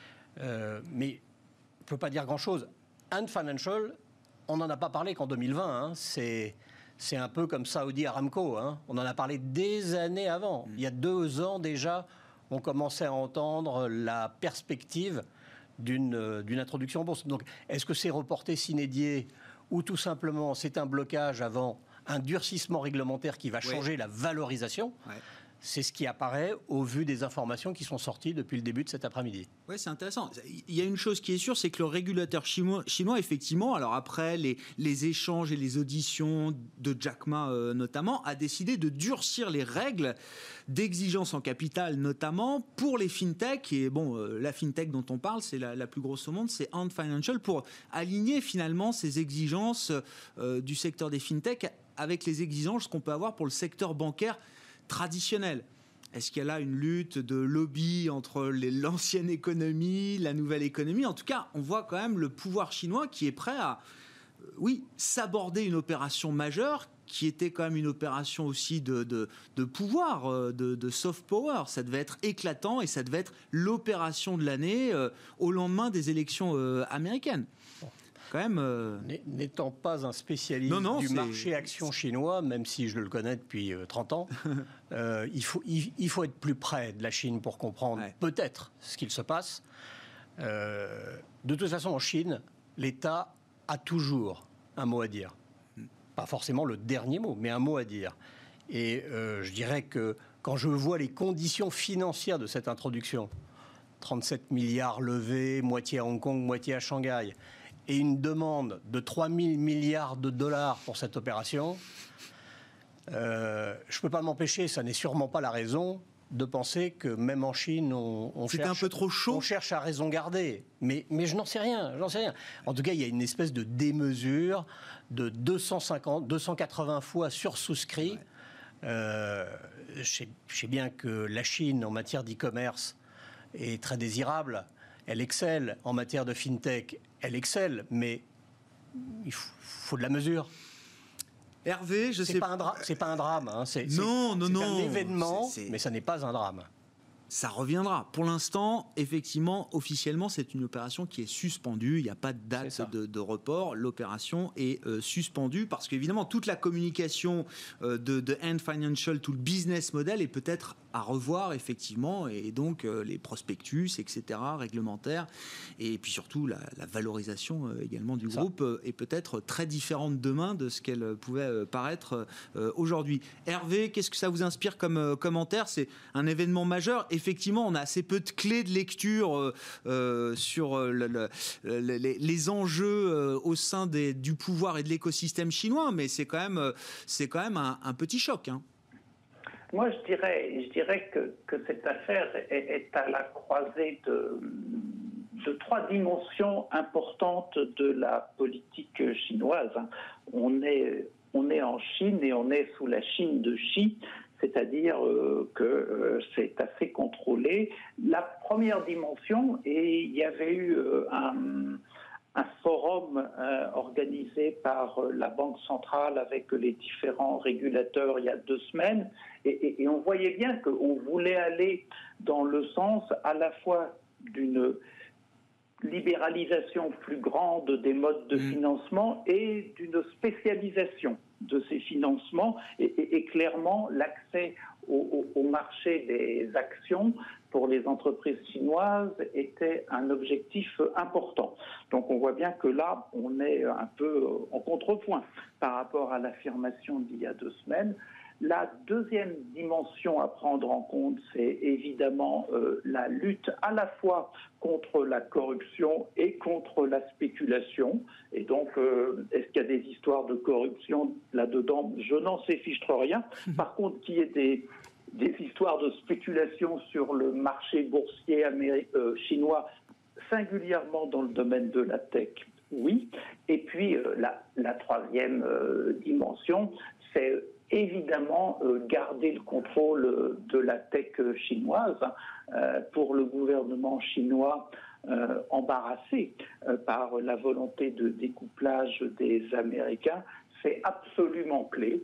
[SPEAKER 5] Mais on ne peut pas dire grand-chose. Ant Financial, on n'en a pas parlé qu'en 2020. C'est un peu comme Saudi Aramco. On en a parlé des années avant. Il y a 2 ans déjà, on commençait à entendre la perspective d'une introduction en bourse. Donc, est-ce que c'est reporté sine die ou tout simplement c'est un blocage avant un durcissement réglementaire qui va changer la valorisation ? C'est ce qui apparaît au vu des informations qui sont sorties depuis le début de cet après-midi.
[SPEAKER 2] Oui, c'est intéressant. Il y a une chose qui est sûre, c'est que le régulateur chinois effectivement, alors après les échanges et les auditions de Jack Ma notamment, a décidé de durcir les règles d'exigence en capital, notamment pour les fintech. Et bon, la fintech dont on parle, c'est la plus grosse au monde, c'est Ant Financial, pour aligner finalement ces exigences du secteur des fintech avec les exigences qu'on peut avoir pour le secteur bancaire traditionnel. Est-ce qu'il y a là une lutte de lobby entre l'ancienne économie, la nouvelle économie ? En tout cas, on voit quand même le pouvoir chinois qui est prêt à, s'aborder une opération majeure qui était quand même une opération aussi de pouvoir, de soft power. Ça devait être éclatant et ça devait être l'opération de l'année au lendemain des élections américaines. Quand même,
[SPEAKER 5] N'étant pas un spécialiste du marché action chinois, même si je le connais depuis 30 ans, il faut être plus près de la Chine pour comprendre peut-être ce qu'il se passe. De toute façon, en Chine, l'État a toujours un mot à dire. Pas forcément le dernier mot, mais un mot à dire. Et je dirais que quand je vois les conditions financières de cette introduction, 37 milliards levés, moitié à Hong Kong, moitié à Shanghai, et une demande de 3 000 milliards de dollars pour cette opération, je ne peux pas m'empêcher, ça n'est sûrement pas la raison, de penser que même en Chine, on cherche à raison garder. Mais je n'en sais rien, En tout cas, il y a une espèce de démesure de 280 fois sursouscrit. Je sais bien que la Chine, en matière d'e-commerce, est très désirable. Elle excelle en matière de fintech, elle excelle, mais il faut de la mesure.
[SPEAKER 2] Hervé,
[SPEAKER 5] c'est pas un drame, hein. C'est un événement, mais ça n'est pas un drame.
[SPEAKER 2] Ça reviendra. Pour l'instant, effectivement, officiellement, c'est une opération qui est suspendue. Il n'y a pas de date de report. L'opération est suspendue parce qu'évidemment, toute la communication de Ant Financial, tout le business model est peut-être à revoir, effectivement, et donc les prospectus, etc., réglementaires, et puis surtout la valorisation également du groupe est peut-être très différente demain de ce qu'elle pouvait paraître aujourd'hui. Hervé, qu'est-ce que ça vous inspire comme commentaire ? C'est un événement majeur. Effectivement, on a assez peu de clés de lecture sur les enjeux au sein du pouvoir et de l'écosystème chinois, mais c'est quand même un petit choc, hein.
[SPEAKER 6] Moi, je dirais que cette affaire est à la croisée de trois dimensions importantes de la politique chinoise. On est en Chine et on est sous la Chine de Xi, c'est-à-dire que c'est assez contrôlé. La première dimension, et il y avait eu un forum organisé par la Banque centrale avec les différents régulateurs il y a 2 semaines, et on voyait bien qu'on voulait aller dans le sens à la fois d'une libéralisation plus grande des modes de financement et d'une spécialisation de ces financements, et clairement l'accès au marché des actions pour les entreprises chinoises était un objectif important. Donc on voit bien que là, on est un peu en contrepoint par rapport à l'affirmation d'il y a 2 semaines. La deuxième dimension à prendre en compte, c'est évidemment la lutte à la fois contre la corruption et contre la spéculation. Et donc, est-ce qu'il y a des histoires de corruption là-dedans ? Je n'en sais fichtre rien. Par contre, qu'il y ait des histoires de spéculation sur le marché boursier chinois, singulièrement dans le domaine de la tech, oui. Et puis, la troisième dimension, c'est évidemment garder le contrôle de la tech chinoise. Pour le gouvernement chinois embarrassé par la volonté de découplage des Américains, c'est absolument clé.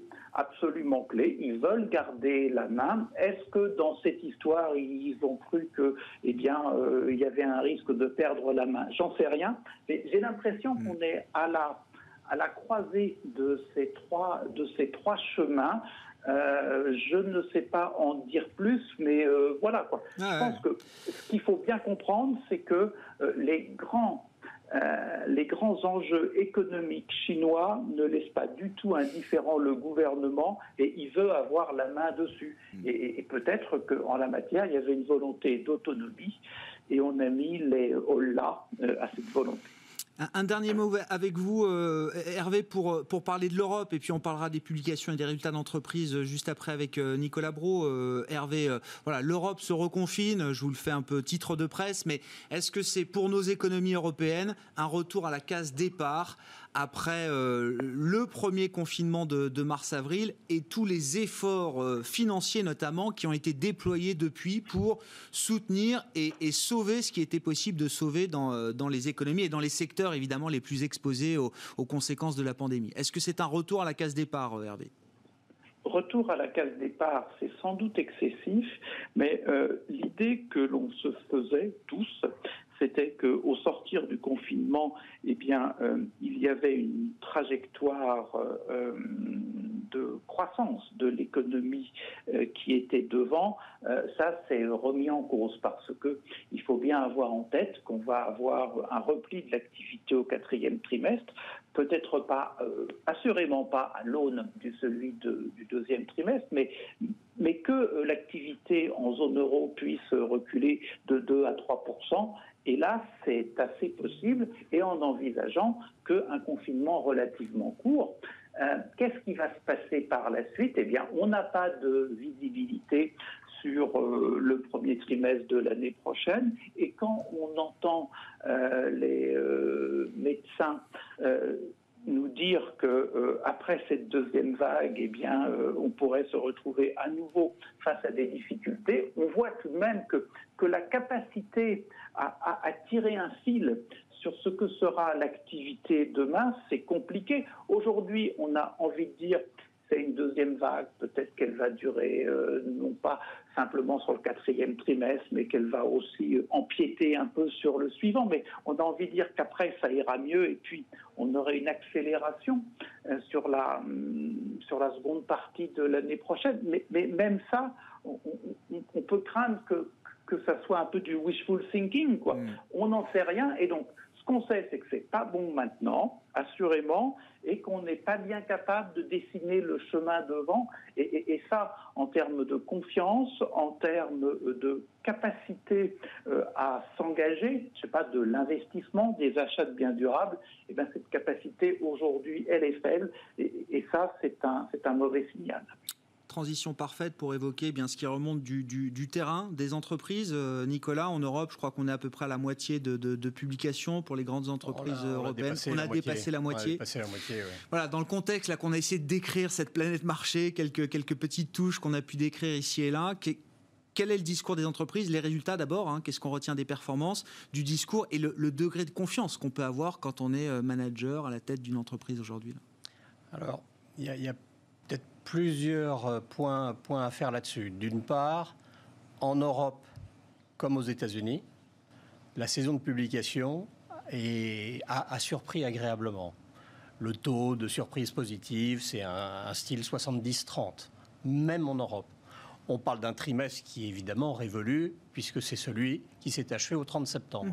[SPEAKER 6] Ils veulent garder la main. Est-ce que dans cette histoire, ils ont cru que, il y avait un risque de perdre la main ? J'en sais rien. Mais j'ai l'impression qu'on est à la croisée de ces trois chemins. Je ne sais pas en dire plus, mais voilà quoi. Je pense que ce qu'il faut bien comprendre, c'est que les grands les grands enjeux économiques chinois ne laissent pas du tout indifférent le gouvernement et il veut avoir la main dessus. Et peut-être qu'en la matière, il y avait une volonté d'autonomie et on a mis les holà à cette volonté.
[SPEAKER 2] Un dernier mot avec vous, Hervé, pour parler de l'Europe, et puis on parlera des publications et des résultats d'entreprise juste après avec Nicolas Brault. Hervé, voilà, l'Europe se reconfine, je vous le fais un peu titre de presse, mais est-ce que c'est pour nos économies européennes un retour à la case départ après le premier confinement de mars-avril et tous les efforts financiers notamment qui ont été déployés depuis pour soutenir et sauver ce qui était possible de sauver dans les économies et dans les secteurs évidemment les plus exposés aux conséquences de la pandémie. Est-ce que c'est un retour à la case départ, Hervé ?
[SPEAKER 6] Retour à la case départ, c'est sans doute excessif, mais l'idée que l'on se faisait tous, c'était qu'au sortir du confinement, eh bien, il y avait une trajectoire de croissance de l'économie qui était devant. Ça, c'est remis en cause parce qu'il faut bien avoir en tête qu'on va avoir un repli de l'activité au 4e trimestre, peut-être pas, assurément pas à l'aune de celui du 2e trimestre, mais que l'activité en zone euro puisse reculer de 2 à 3%. Et là, c'est assez possible, et en envisageant qu'un confinement relativement court. Qu'est-ce qui va se passer par la suite ? Eh bien, on n'a pas de visibilité sur le premier trimestre de l'année prochaine, et quand on entend les médecins nous dire qu'après cette deuxième vague, eh bien, on pourrait se retrouver à nouveau face à des difficultés, on voit tout de même que la capacité à tirer un fil sur ce que sera l'activité demain, c'est compliqué. Aujourd'hui, on a envie de dire c'est une deuxième vague, peut-être qu'elle va durer non pas simplement sur le 4e trimestre, mais qu'elle va aussi empiéter un peu sur le suivant. Mais on a envie de dire qu'après, ça ira mieux et puis on aurait une accélération sur la seconde partie de l'année prochaine. Mais même ça, on peut craindre que ça soit un peu du wishful thinking, quoi. On n'en sait rien et donc ce qu'on sait, c'est que c'est pas bon maintenant, assurément, et qu'on n'est pas bien capable de dessiner le chemin devant. Et ça, en termes de confiance, en termes de capacité à s'engager, je sais pas, de l'investissement, des achats de biens durables, et bien cette capacité aujourd'hui, elle est faible. Et ça, c'est un mauvais signal.
[SPEAKER 2] Transition parfaite pour évoquer bien ce qui remonte du terrain des entreprises. Nicolas, en Europe, je crois qu'on est à peu près à la moitié de publications pour les grandes entreprises européennes. On a dépassé la moitié. Voilà, dans le contexte là qu'on a essayé de décrire cette planète marché, quelques petites touches qu'on a pu décrire ici et là. Quel est le discours des entreprises ? Les résultats d'abord, qu'est-ce qu'on retient des performances, du discours et le degré de confiance qu'on peut avoir quand on est manager à la tête d'une entreprise aujourd'hui.
[SPEAKER 5] Alors, il y a peut-être plusieurs points à faire là-dessus. D'une part, en Europe comme aux États-Unis, la saison de publication a surpris agréablement. Le taux de surprise positive, c'est un style 70-30, même en Europe. On parle d'un trimestre qui est évidemment révolu, puisque c'est celui qui s'est achevé au 30 septembre.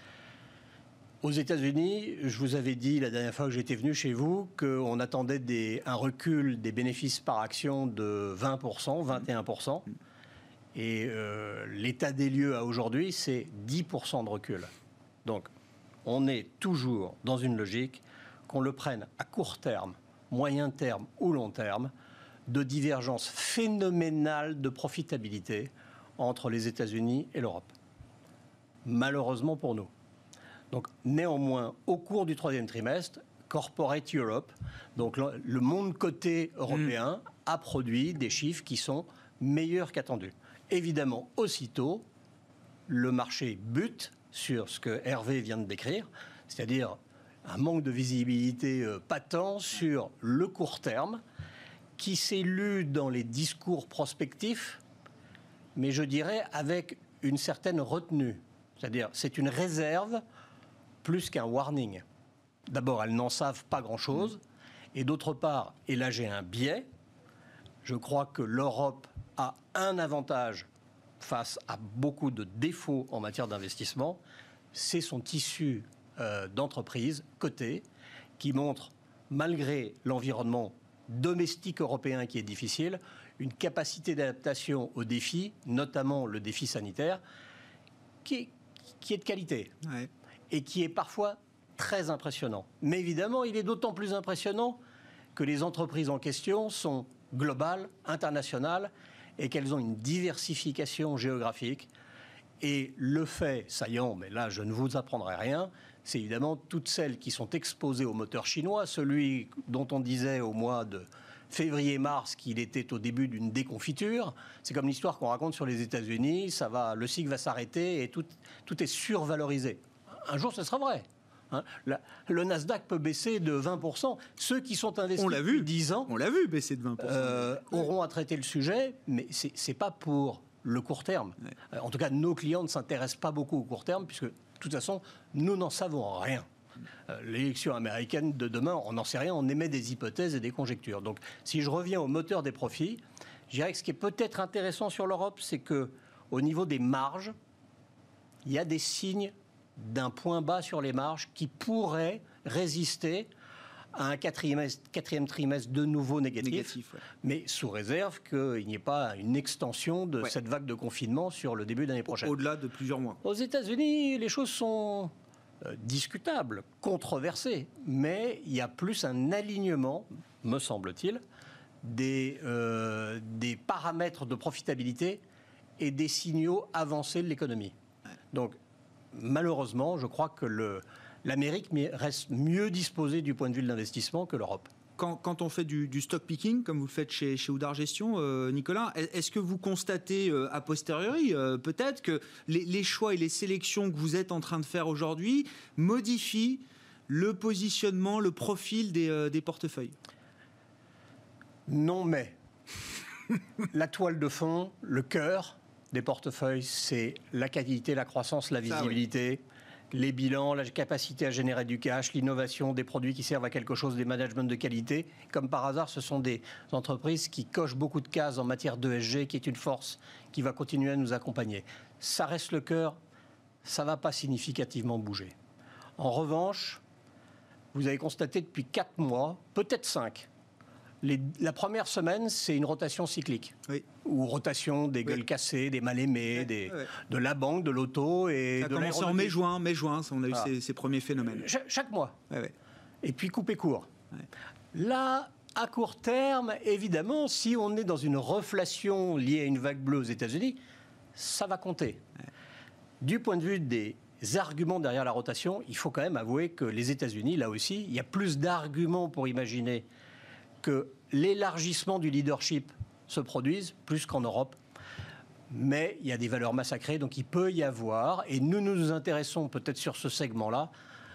[SPEAKER 5] Aux États-Unis, je vous avais dit la dernière fois que j'étais venu chez vous qu'on attendait un recul des bénéfices par action de 20%, 21%. Et l'état des lieux à aujourd'hui, c'est 10% de recul. Donc, on est toujours dans une logique, qu'on le prenne à court terme, moyen terme ou long terme, de divergence phénoménale de profitabilité entre les États-Unis et l'Europe. Malheureusement pour nous. Donc, néanmoins, au cours du 3e trimestre, Corporate Europe, donc le monde coté européen, a produit des chiffres qui sont meilleurs qu'attendus. Évidemment, aussitôt, le marché bute sur ce que Hervé vient de décrire, c'est-à-dire un manque de visibilité patent sur le court terme, qui s'est lu dans les discours prospectifs, mais je dirais avec une certaine retenue. C'est-à-dire, c'est une réserve plus qu'un warning. D'abord, elles n'en savent pas grand-chose. Et d'autre part, et là j'ai un biais, je crois que l'Europe a un avantage face à beaucoup de défauts en matière d'investissement, c'est son tissu d'entreprises cotées qui montrent, malgré l'environnement domestique européen qui est difficile, une capacité d'adaptation aux défis, notamment le défi sanitaire, qui est de qualité et qui est parfois très impressionnant. Mais évidemment, il est d'autant plus impressionnant que les entreprises en question sont globales, internationales, et qu'elles ont une diversification géographique. Et le fait saillant, mais là je ne vous apprendrai rien, c'est évidemment toutes celles qui sont exposées au moteur chinois, celui dont on disait au mois de février-mars qu'il était au début d'une déconfiture. C'est comme l'histoire qu'on raconte sur les États-Unis, le cycle va s'arrêter et tout est survalorisé. Un jour ce sera vrai. Le Nasdaq peut baisser de 20%. Ceux qui sont investis depuis 10 ans,
[SPEAKER 2] on l'a vu baisser de 20%,
[SPEAKER 5] auront à traiter le sujet, mais c'est pas pour le court terme. En tout cas, nos clients ne s'intéressent pas beaucoup au court terme, puisque de toute façon, nous n'en savons rien. L'élection américaine de demain, on n'en sait rien, on émet des hypothèses et des conjectures. Donc, si je reviens au moteur des profits, je dirais que ce qui est peut-être intéressant sur l'Europe, c'est qu'au niveau des marges, il y a des signes d'un point bas sur les marges qui pourraient résister à un quatrième trimestre de nouveau négatif, mais sous réserve qu'il n'y ait pas une extension de cette vague de confinement sur le début de l'année prochaine.
[SPEAKER 2] Au-delà de plusieurs mois.
[SPEAKER 5] Aux États-Unis, les choses sont discutables, controversées, mais il y a plus un alignement, me semble-t-il, des paramètres de profitabilité et des signaux avancés de l'économie. Donc, malheureusement, je crois que l'Amérique reste mieux disposée du point de vue de l'investissement que l'Europe.
[SPEAKER 2] Quand on fait du stock picking, comme vous le faites chez Oudart Gestion, Nicolas, est-ce que vous constatez a posteriori, peut-être, que les choix et les sélections que vous êtes en train de faire aujourd'hui modifient le positionnement, le profil des portefeuilles ?
[SPEAKER 5] Non, mais la toile de fond, le cœur des portefeuilles, c'est la qualité, la croissance, la visibilité, les bilans, la capacité à générer du cash, l'innovation, des produits qui servent à quelque chose, des managements de qualité. Comme par hasard, ce sont des entreprises qui cochent beaucoup de cases en matière d'ESG, qui est une force qui va continuer à nous accompagner. Ça reste le cœur, ça ne va pas significativement bouger. En revanche, vous avez constaté depuis 4 mois, peut-être 5, la première semaine, c'est une rotation cyclique. Ou rotation des gueules cassées, des mal-aimés, de la banque, de l'auto et
[SPEAKER 2] ça
[SPEAKER 5] de
[SPEAKER 2] a commencé en mai-juin, on a eu ces premiers phénomènes.
[SPEAKER 5] Chaque mois. Et puis coupé court. Là, à court terme, évidemment, si on est dans une reflation liée à une vague bleue aux États-Unis, ça va compter. Du point de vue des arguments derrière la rotation, il faut quand même avouer que les États-Unis, là aussi, il y a plus d'arguments pour imaginer que l'élargissement du leadership se produise, plus qu'en Europe. Mais il y a des valeurs massacrées, donc il peut y avoir, et nous nous intéressons peut-être sur ce segment-là,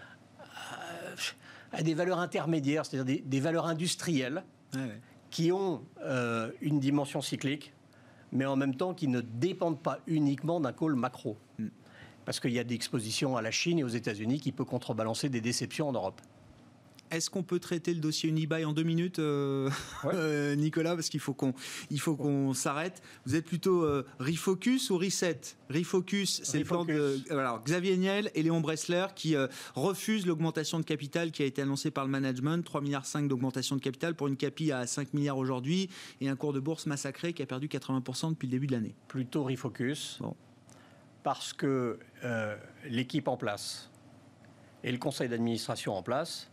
[SPEAKER 5] à des valeurs intermédiaires, c'est-à-dire des valeurs industrielles qui ont une dimension cyclique, mais en même temps qui ne dépendent pas uniquement d'un call macro. Parce qu'il y a des expositions à la Chine et aux États-Unis qui peuvent contrebalancer des déceptions en Europe.
[SPEAKER 2] Est-ce qu'on peut traiter le dossier Unibail en 2 minutes, Nicolas, parce qu'il faut qu'on s'arrête. Vous êtes plutôt refocus ou reset ? Refocus, c'est le plan de Xavier Niel et Léon Bressler qui refusent l'augmentation de capital qui a été annoncée par le management, 3,5 milliards d'augmentation de capital pour une capi à 5 milliards aujourd'hui et un cours de bourse massacré qui a perdu 80% depuis le début de l'année.
[SPEAKER 5] Plutôt refocus, parce que l'équipe en place et le conseil d'administration en place,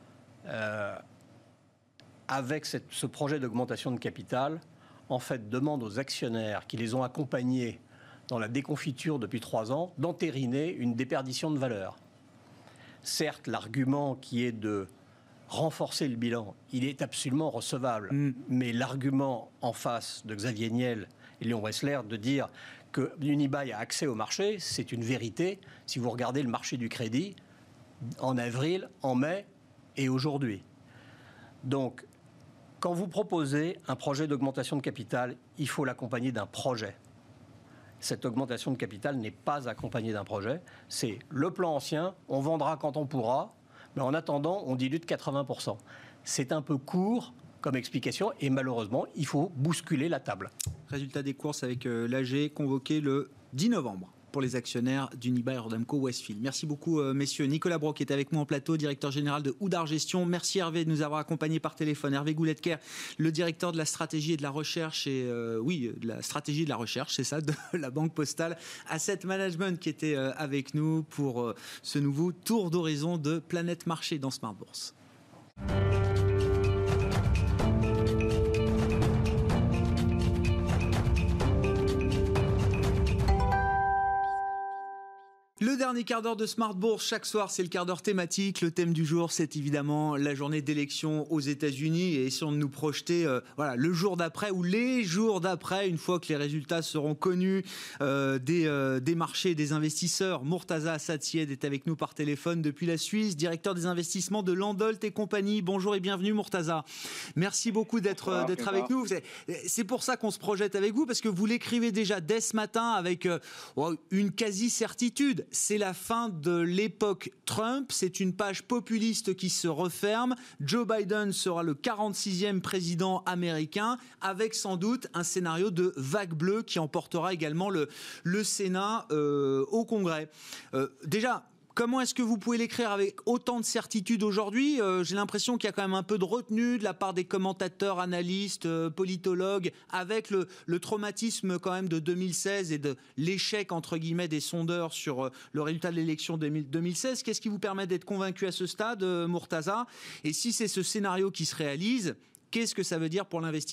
[SPEAKER 5] avec ce projet d'augmentation de capital, en fait, demande aux actionnaires qui les ont accompagnés dans la déconfiture depuis 3 ans d'entériner une déperdition de valeur. Certes, l'argument qui est de renforcer le bilan, il est absolument recevable. Mais l'argument en face de Xavier Niel et Léon Bressler de dire que Unibail a accès au marché, c'est une vérité. Si vous regardez le marché du crédit, en avril, en mai, et aujourd'hui. Donc, quand vous proposez un projet d'augmentation de capital, il faut l'accompagner d'un projet. Cette augmentation de capital n'est pas accompagnée d'un projet. C'est le plan ancien, on vendra quand on pourra, mais en attendant, on dilue de 80%. C'est un peu court comme explication et malheureusement, il faut bousculer la table.
[SPEAKER 2] Résultat des courses avec l'AG convoqué le 10 novembre. pour les actionnaires d'Unibail Rodamco Westfield. Merci beaucoup messieurs. Nicolas Brault qui est avec moi en plateau, directeur général de Oudart Gestion. Merci Hervé de nous avoir accompagnés par téléphone. Hervé Gouletker, le directeur de la stratégie et de la recherche de la stratégie de la recherche, c'est ça, de la Banque Postale Asset Management qui était avec nous pour ce nouveau tour d'horizon de Planète Marché dans Smart Bourse. Le dernier quart d'heure de Smart Bourse, chaque soir, c'est le quart d'heure thématique. Le thème du jour, c'est évidemment la journée d'élection aux États-Unis et essayons de nous projeter le jour d'après ou les jours d'après, une fois que les résultats seront connus des marchés et des investisseurs. Murtaza Assad-Sied est avec nous par téléphone depuis la Suisse, directeur des investissements de Landolt et compagnie. Bonjour et bienvenue Murtaza. Merci beaucoup d'être avec nous. C'est pour ça qu'on se projette avec vous, parce que vous l'écrivez déjà dès ce matin avec une quasi-certitude. C'est la fin de l'époque Trump, c'est une page populiste qui se referme. Joe Biden sera le 46e président américain, avec sans doute un scénario de vague bleue qui emportera également le Sénat au Congrès. Déjà, comment est-ce que vous pouvez l'écrire avec autant de certitude aujourd'hui ? J'ai l'impression qu'il y a quand même un peu de retenue de la part des commentateurs, analystes, politologues, avec le traumatisme quand même de 2016 et de l'échec, entre guillemets, des sondeurs sur le résultat de l'élection 2016. Qu'est-ce qui vous permet d'être convaincu à ce stade, Murtaza ? Et si c'est ce scénario qui se réalise, qu'est-ce que ça veut dire pour l'investisseur ?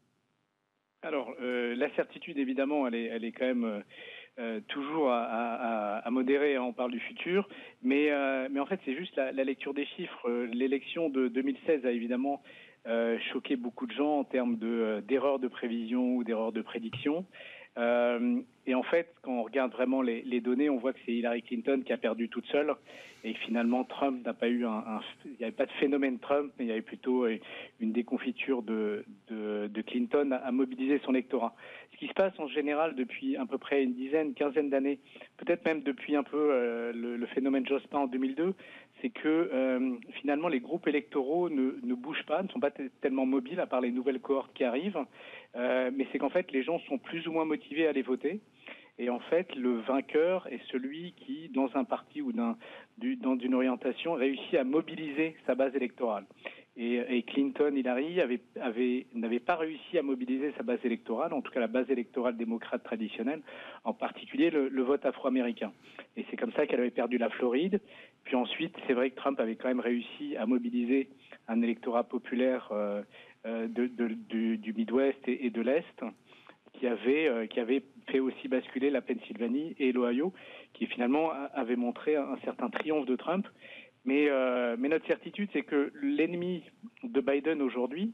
[SPEAKER 7] Alors, la certitude, évidemment, elle est quand même... toujours à modérer, on parle du futur, mais en fait c'est juste la lecture des chiffres. L'élection de 2016 a évidemment choqué beaucoup de gens en termes d'erreurs de prévision ou d'erreurs de prédiction. Et en fait, quand on regarde vraiment les données, on voit que c'est Hillary Clinton qui a perdu toute seule et que finalement Trump n'a pas eu il n'y avait pas de phénomène Trump, mais il y avait plutôt une déconfiture de Clinton à mobiliser son électorat. Ce qui se passe en général depuis à peu près une quinzaine d'années, peut-être même depuis un peu le phénomène Jospin en 2002, c'est que finalement les groupes électoraux ne bougent pas, ne sont pas tellement mobiles à part les nouvelles cohortes qui arrivent, mais c'est qu'en fait les gens sont plus ou moins motivés à aller voter. Et en fait, le vainqueur est celui qui, dans un parti ou dans une orientation, réussit à mobiliser sa base électorale. Et Clinton, Hillary n'avaient pas réussi à mobiliser sa base électorale, en tout cas la base électorale démocrate traditionnelle, en particulier le vote afro-américain. Et c'est comme ça qu'elle avait perdu la Floride. Puis ensuite, c'est vrai que Trump avait quand même réussi à mobiliser un électorat populaire du Midwest et de l'Est, qui avait fait aussi basculer la Pennsylvanie et l'Ohio, qui finalement avait montré un certain triomphe de Trump. Mais notre certitude, c'est que l'ennemi de Biden aujourd'hui,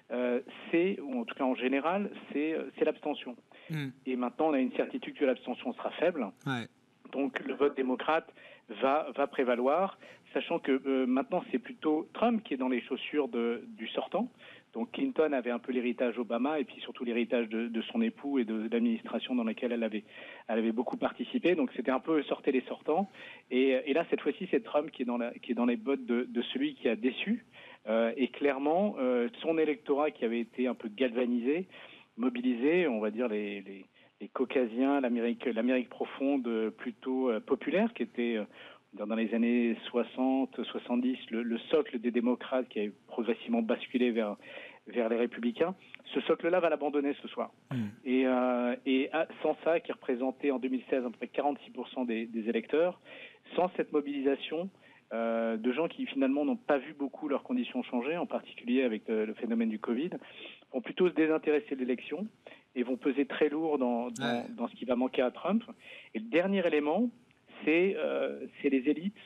[SPEAKER 7] ou en tout cas en général, c'est l'abstention. Et maintenant, on a une certitude que l'abstention sera faible. Ouais. Donc le vote démocrate va prévaloir, sachant que maintenant, c'est plutôt Trump qui est dans les chaussures du sortant. Donc Clinton avait un peu l'héritage Obama et puis surtout l'héritage de son époux et de l'administration dans laquelle elle avait beaucoup participé. Donc c'était un peu sortez les sortants. Et là, cette fois-ci, c'est Trump qui est dans les bottes de celui qui a déçu. Et clairement, son électorat qui avait été un peu galvanisé, mobilisé, on va dire les Caucasiens, l'Amérique profonde plutôt populaire, qui était... dans les années 60, 70, le socle des démocrates qui a progressivement basculé vers les républicains, ce socle-là va l'abandonner ce soir. Et sans ça, qui représentait en 2016 à peu près 46% des électeurs, sans cette mobilisation de gens qui finalement n'ont pas vu beaucoup leurs conditions changer, en particulier avec le phénomène du Covid, vont plutôt se désintéresser de l'élection et vont peser très lourd dans ce qui va manquer à Trump. Et le dernier élément, c'est les élites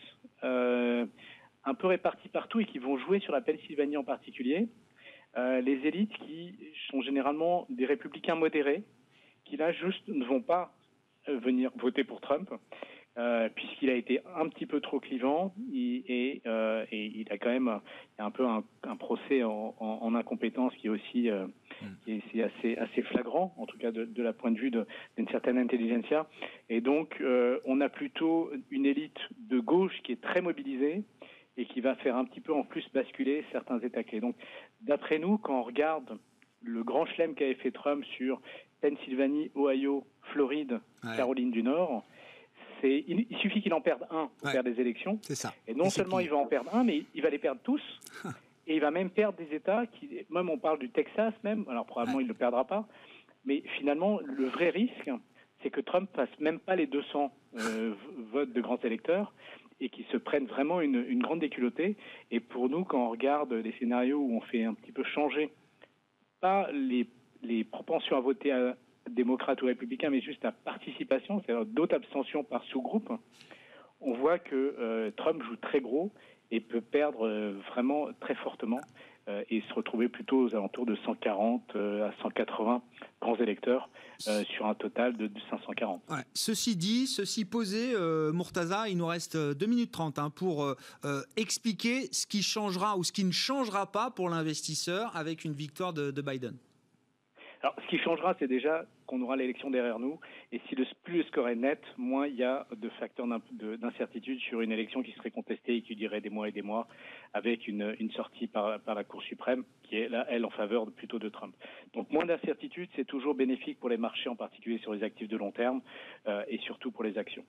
[SPEAKER 7] un peu réparties partout et qui vont jouer sur la Pennsylvanie en particulier. Les élites qui sont généralement des républicains modérés, qui là juste ne vont pas venir voter pour Trump, puisqu'il a été un petit peu trop clivant et il a quand même un peu un procès en incompétence qui est aussi qui est assez flagrant, en tout cas de la point de vue d'une certaine intelligentsia. Et donc on a plutôt une élite de gauche qui est très mobilisée et qui va faire un petit peu en plus basculer certains États clés. Donc d'après nous, quand on regarde le grand chelem qu'avait fait Trump sur Pennsylvanie, Ohio, Floride, Caroline du Nord, il suffit qu'il en perde un pour faire des élections.
[SPEAKER 2] C'est ça.
[SPEAKER 7] Et non seulement il va en perdre un, mais il va les perdre tous. Et il va même perdre des États, même on parle du Texas même, alors probablement il ne le perdra pas. Mais finalement, le vrai risque, c'est que Trump fasse même pas les 200 votes de grands électeurs et qu'il se prenne vraiment une grande déculottée. Et pour nous, quand on regarde les scénarios où on fait un petit peu changer, pas les propensions à voter à démocrate ou républicain, mais juste la participation, c'est-à-dire d'autres abstentions par sous-groupe, on voit que Trump joue très gros et peut perdre vraiment très fortement et se retrouver plutôt aux alentours de 140 à 180 grands électeurs sur un total de 540.
[SPEAKER 2] Ouais. Ceci posé, Murtaza, il nous reste 2 minutes 30 pour expliquer ce qui changera ou ce qui ne changera pas pour l'investisseur avec une victoire de Biden.
[SPEAKER 7] Alors, ce qui changera, c'est déjà qu'on aura l'élection derrière nous. Et si plus le score est net, moins il y a de facteurs d'incertitude sur une élection qui serait contestée et qui durerait des mois et des mois, avec une sortie par la Cour suprême, qui est là, elle, en faveur plutôt de Trump. Donc, moins d'incertitude, c'est toujours bénéfique pour les marchés, en particulier sur les actifs de long terme et surtout pour les actions.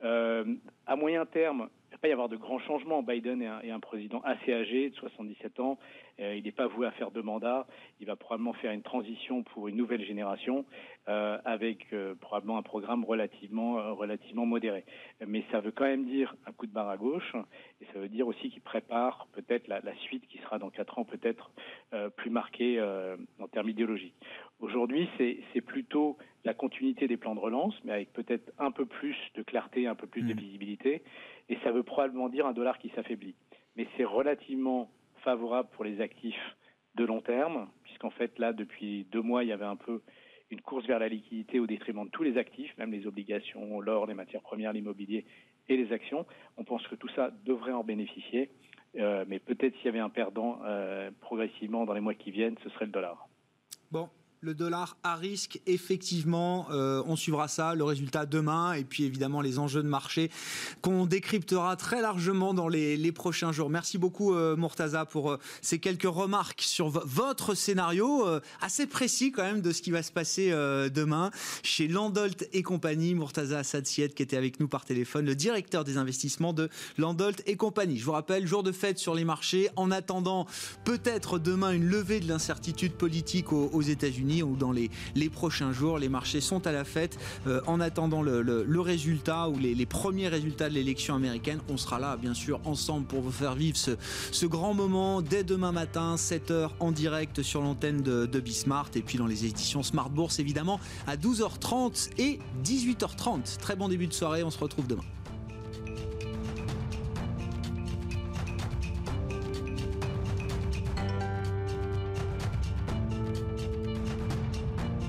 [SPEAKER 7] À moyen terme, il ne va pas y avoir de grands changements. Biden est un président assez âgé, de 77 ans. Il n'est pas voué à faire 2 mandats. Il va probablement faire une transition pour une nouvelle génération avec probablement un programme relativement modéré. Mais ça veut quand même dire un coup de barre à gauche et ça veut dire aussi qu'il prépare peut-être la suite qui sera dans 4 ans peut-être plus marquée en termes idéologiques. Aujourd'hui, c'est plutôt la continuité des plans de relance, mais avec peut-être un peu plus de clarté, un peu plus de visibilité. Et ça veut probablement dire un dollar qui s'affaiblit. Mais c'est relativement favorable pour les actifs de long terme, puisqu'en fait, là, depuis 2 mois, il y avait un peu une course vers la liquidité au détriment de tous les actifs, même les obligations, l'or, les matières premières, l'immobilier et les actions. On pense que tout ça devrait en bénéficier, mais peut-être s'il y avait un perdant progressivement dans les mois qui viennent, ce serait le dollar.
[SPEAKER 2] Bon. Le dollar à risque, effectivement, on suivra ça, le résultat demain, et puis évidemment les enjeux de marché qu'on décryptera très largement dans les prochains jours. Merci beaucoup Murtaza pour ces quelques remarques sur votre scénario, assez précis quand même de ce qui va se passer demain chez Landolt et compagnie. Murtaza Assad-Sied qui était avec nous par téléphone, le directeur des investissements de Landolt et compagnie. Je vous rappelle, jour de fête sur les marchés, en attendant peut-être demain une levée de l'incertitude politique aux États-Unis, ou dans les prochains jours. Les marchés sont à la fête. En attendant le résultat ou les premiers résultats de l'élection américaine, on sera là bien sûr ensemble pour vous faire vivre ce grand moment dès demain matin, 7h en direct sur l'antenne de Bismart et puis dans les éditions Smart Bourse évidemment à 12h30 et 18h30. Très bon début de soirée, on se retrouve demain.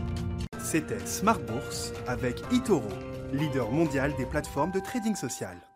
[SPEAKER 1] C'était Smart Bourse avec eToro, leader mondial des plateformes de trading social.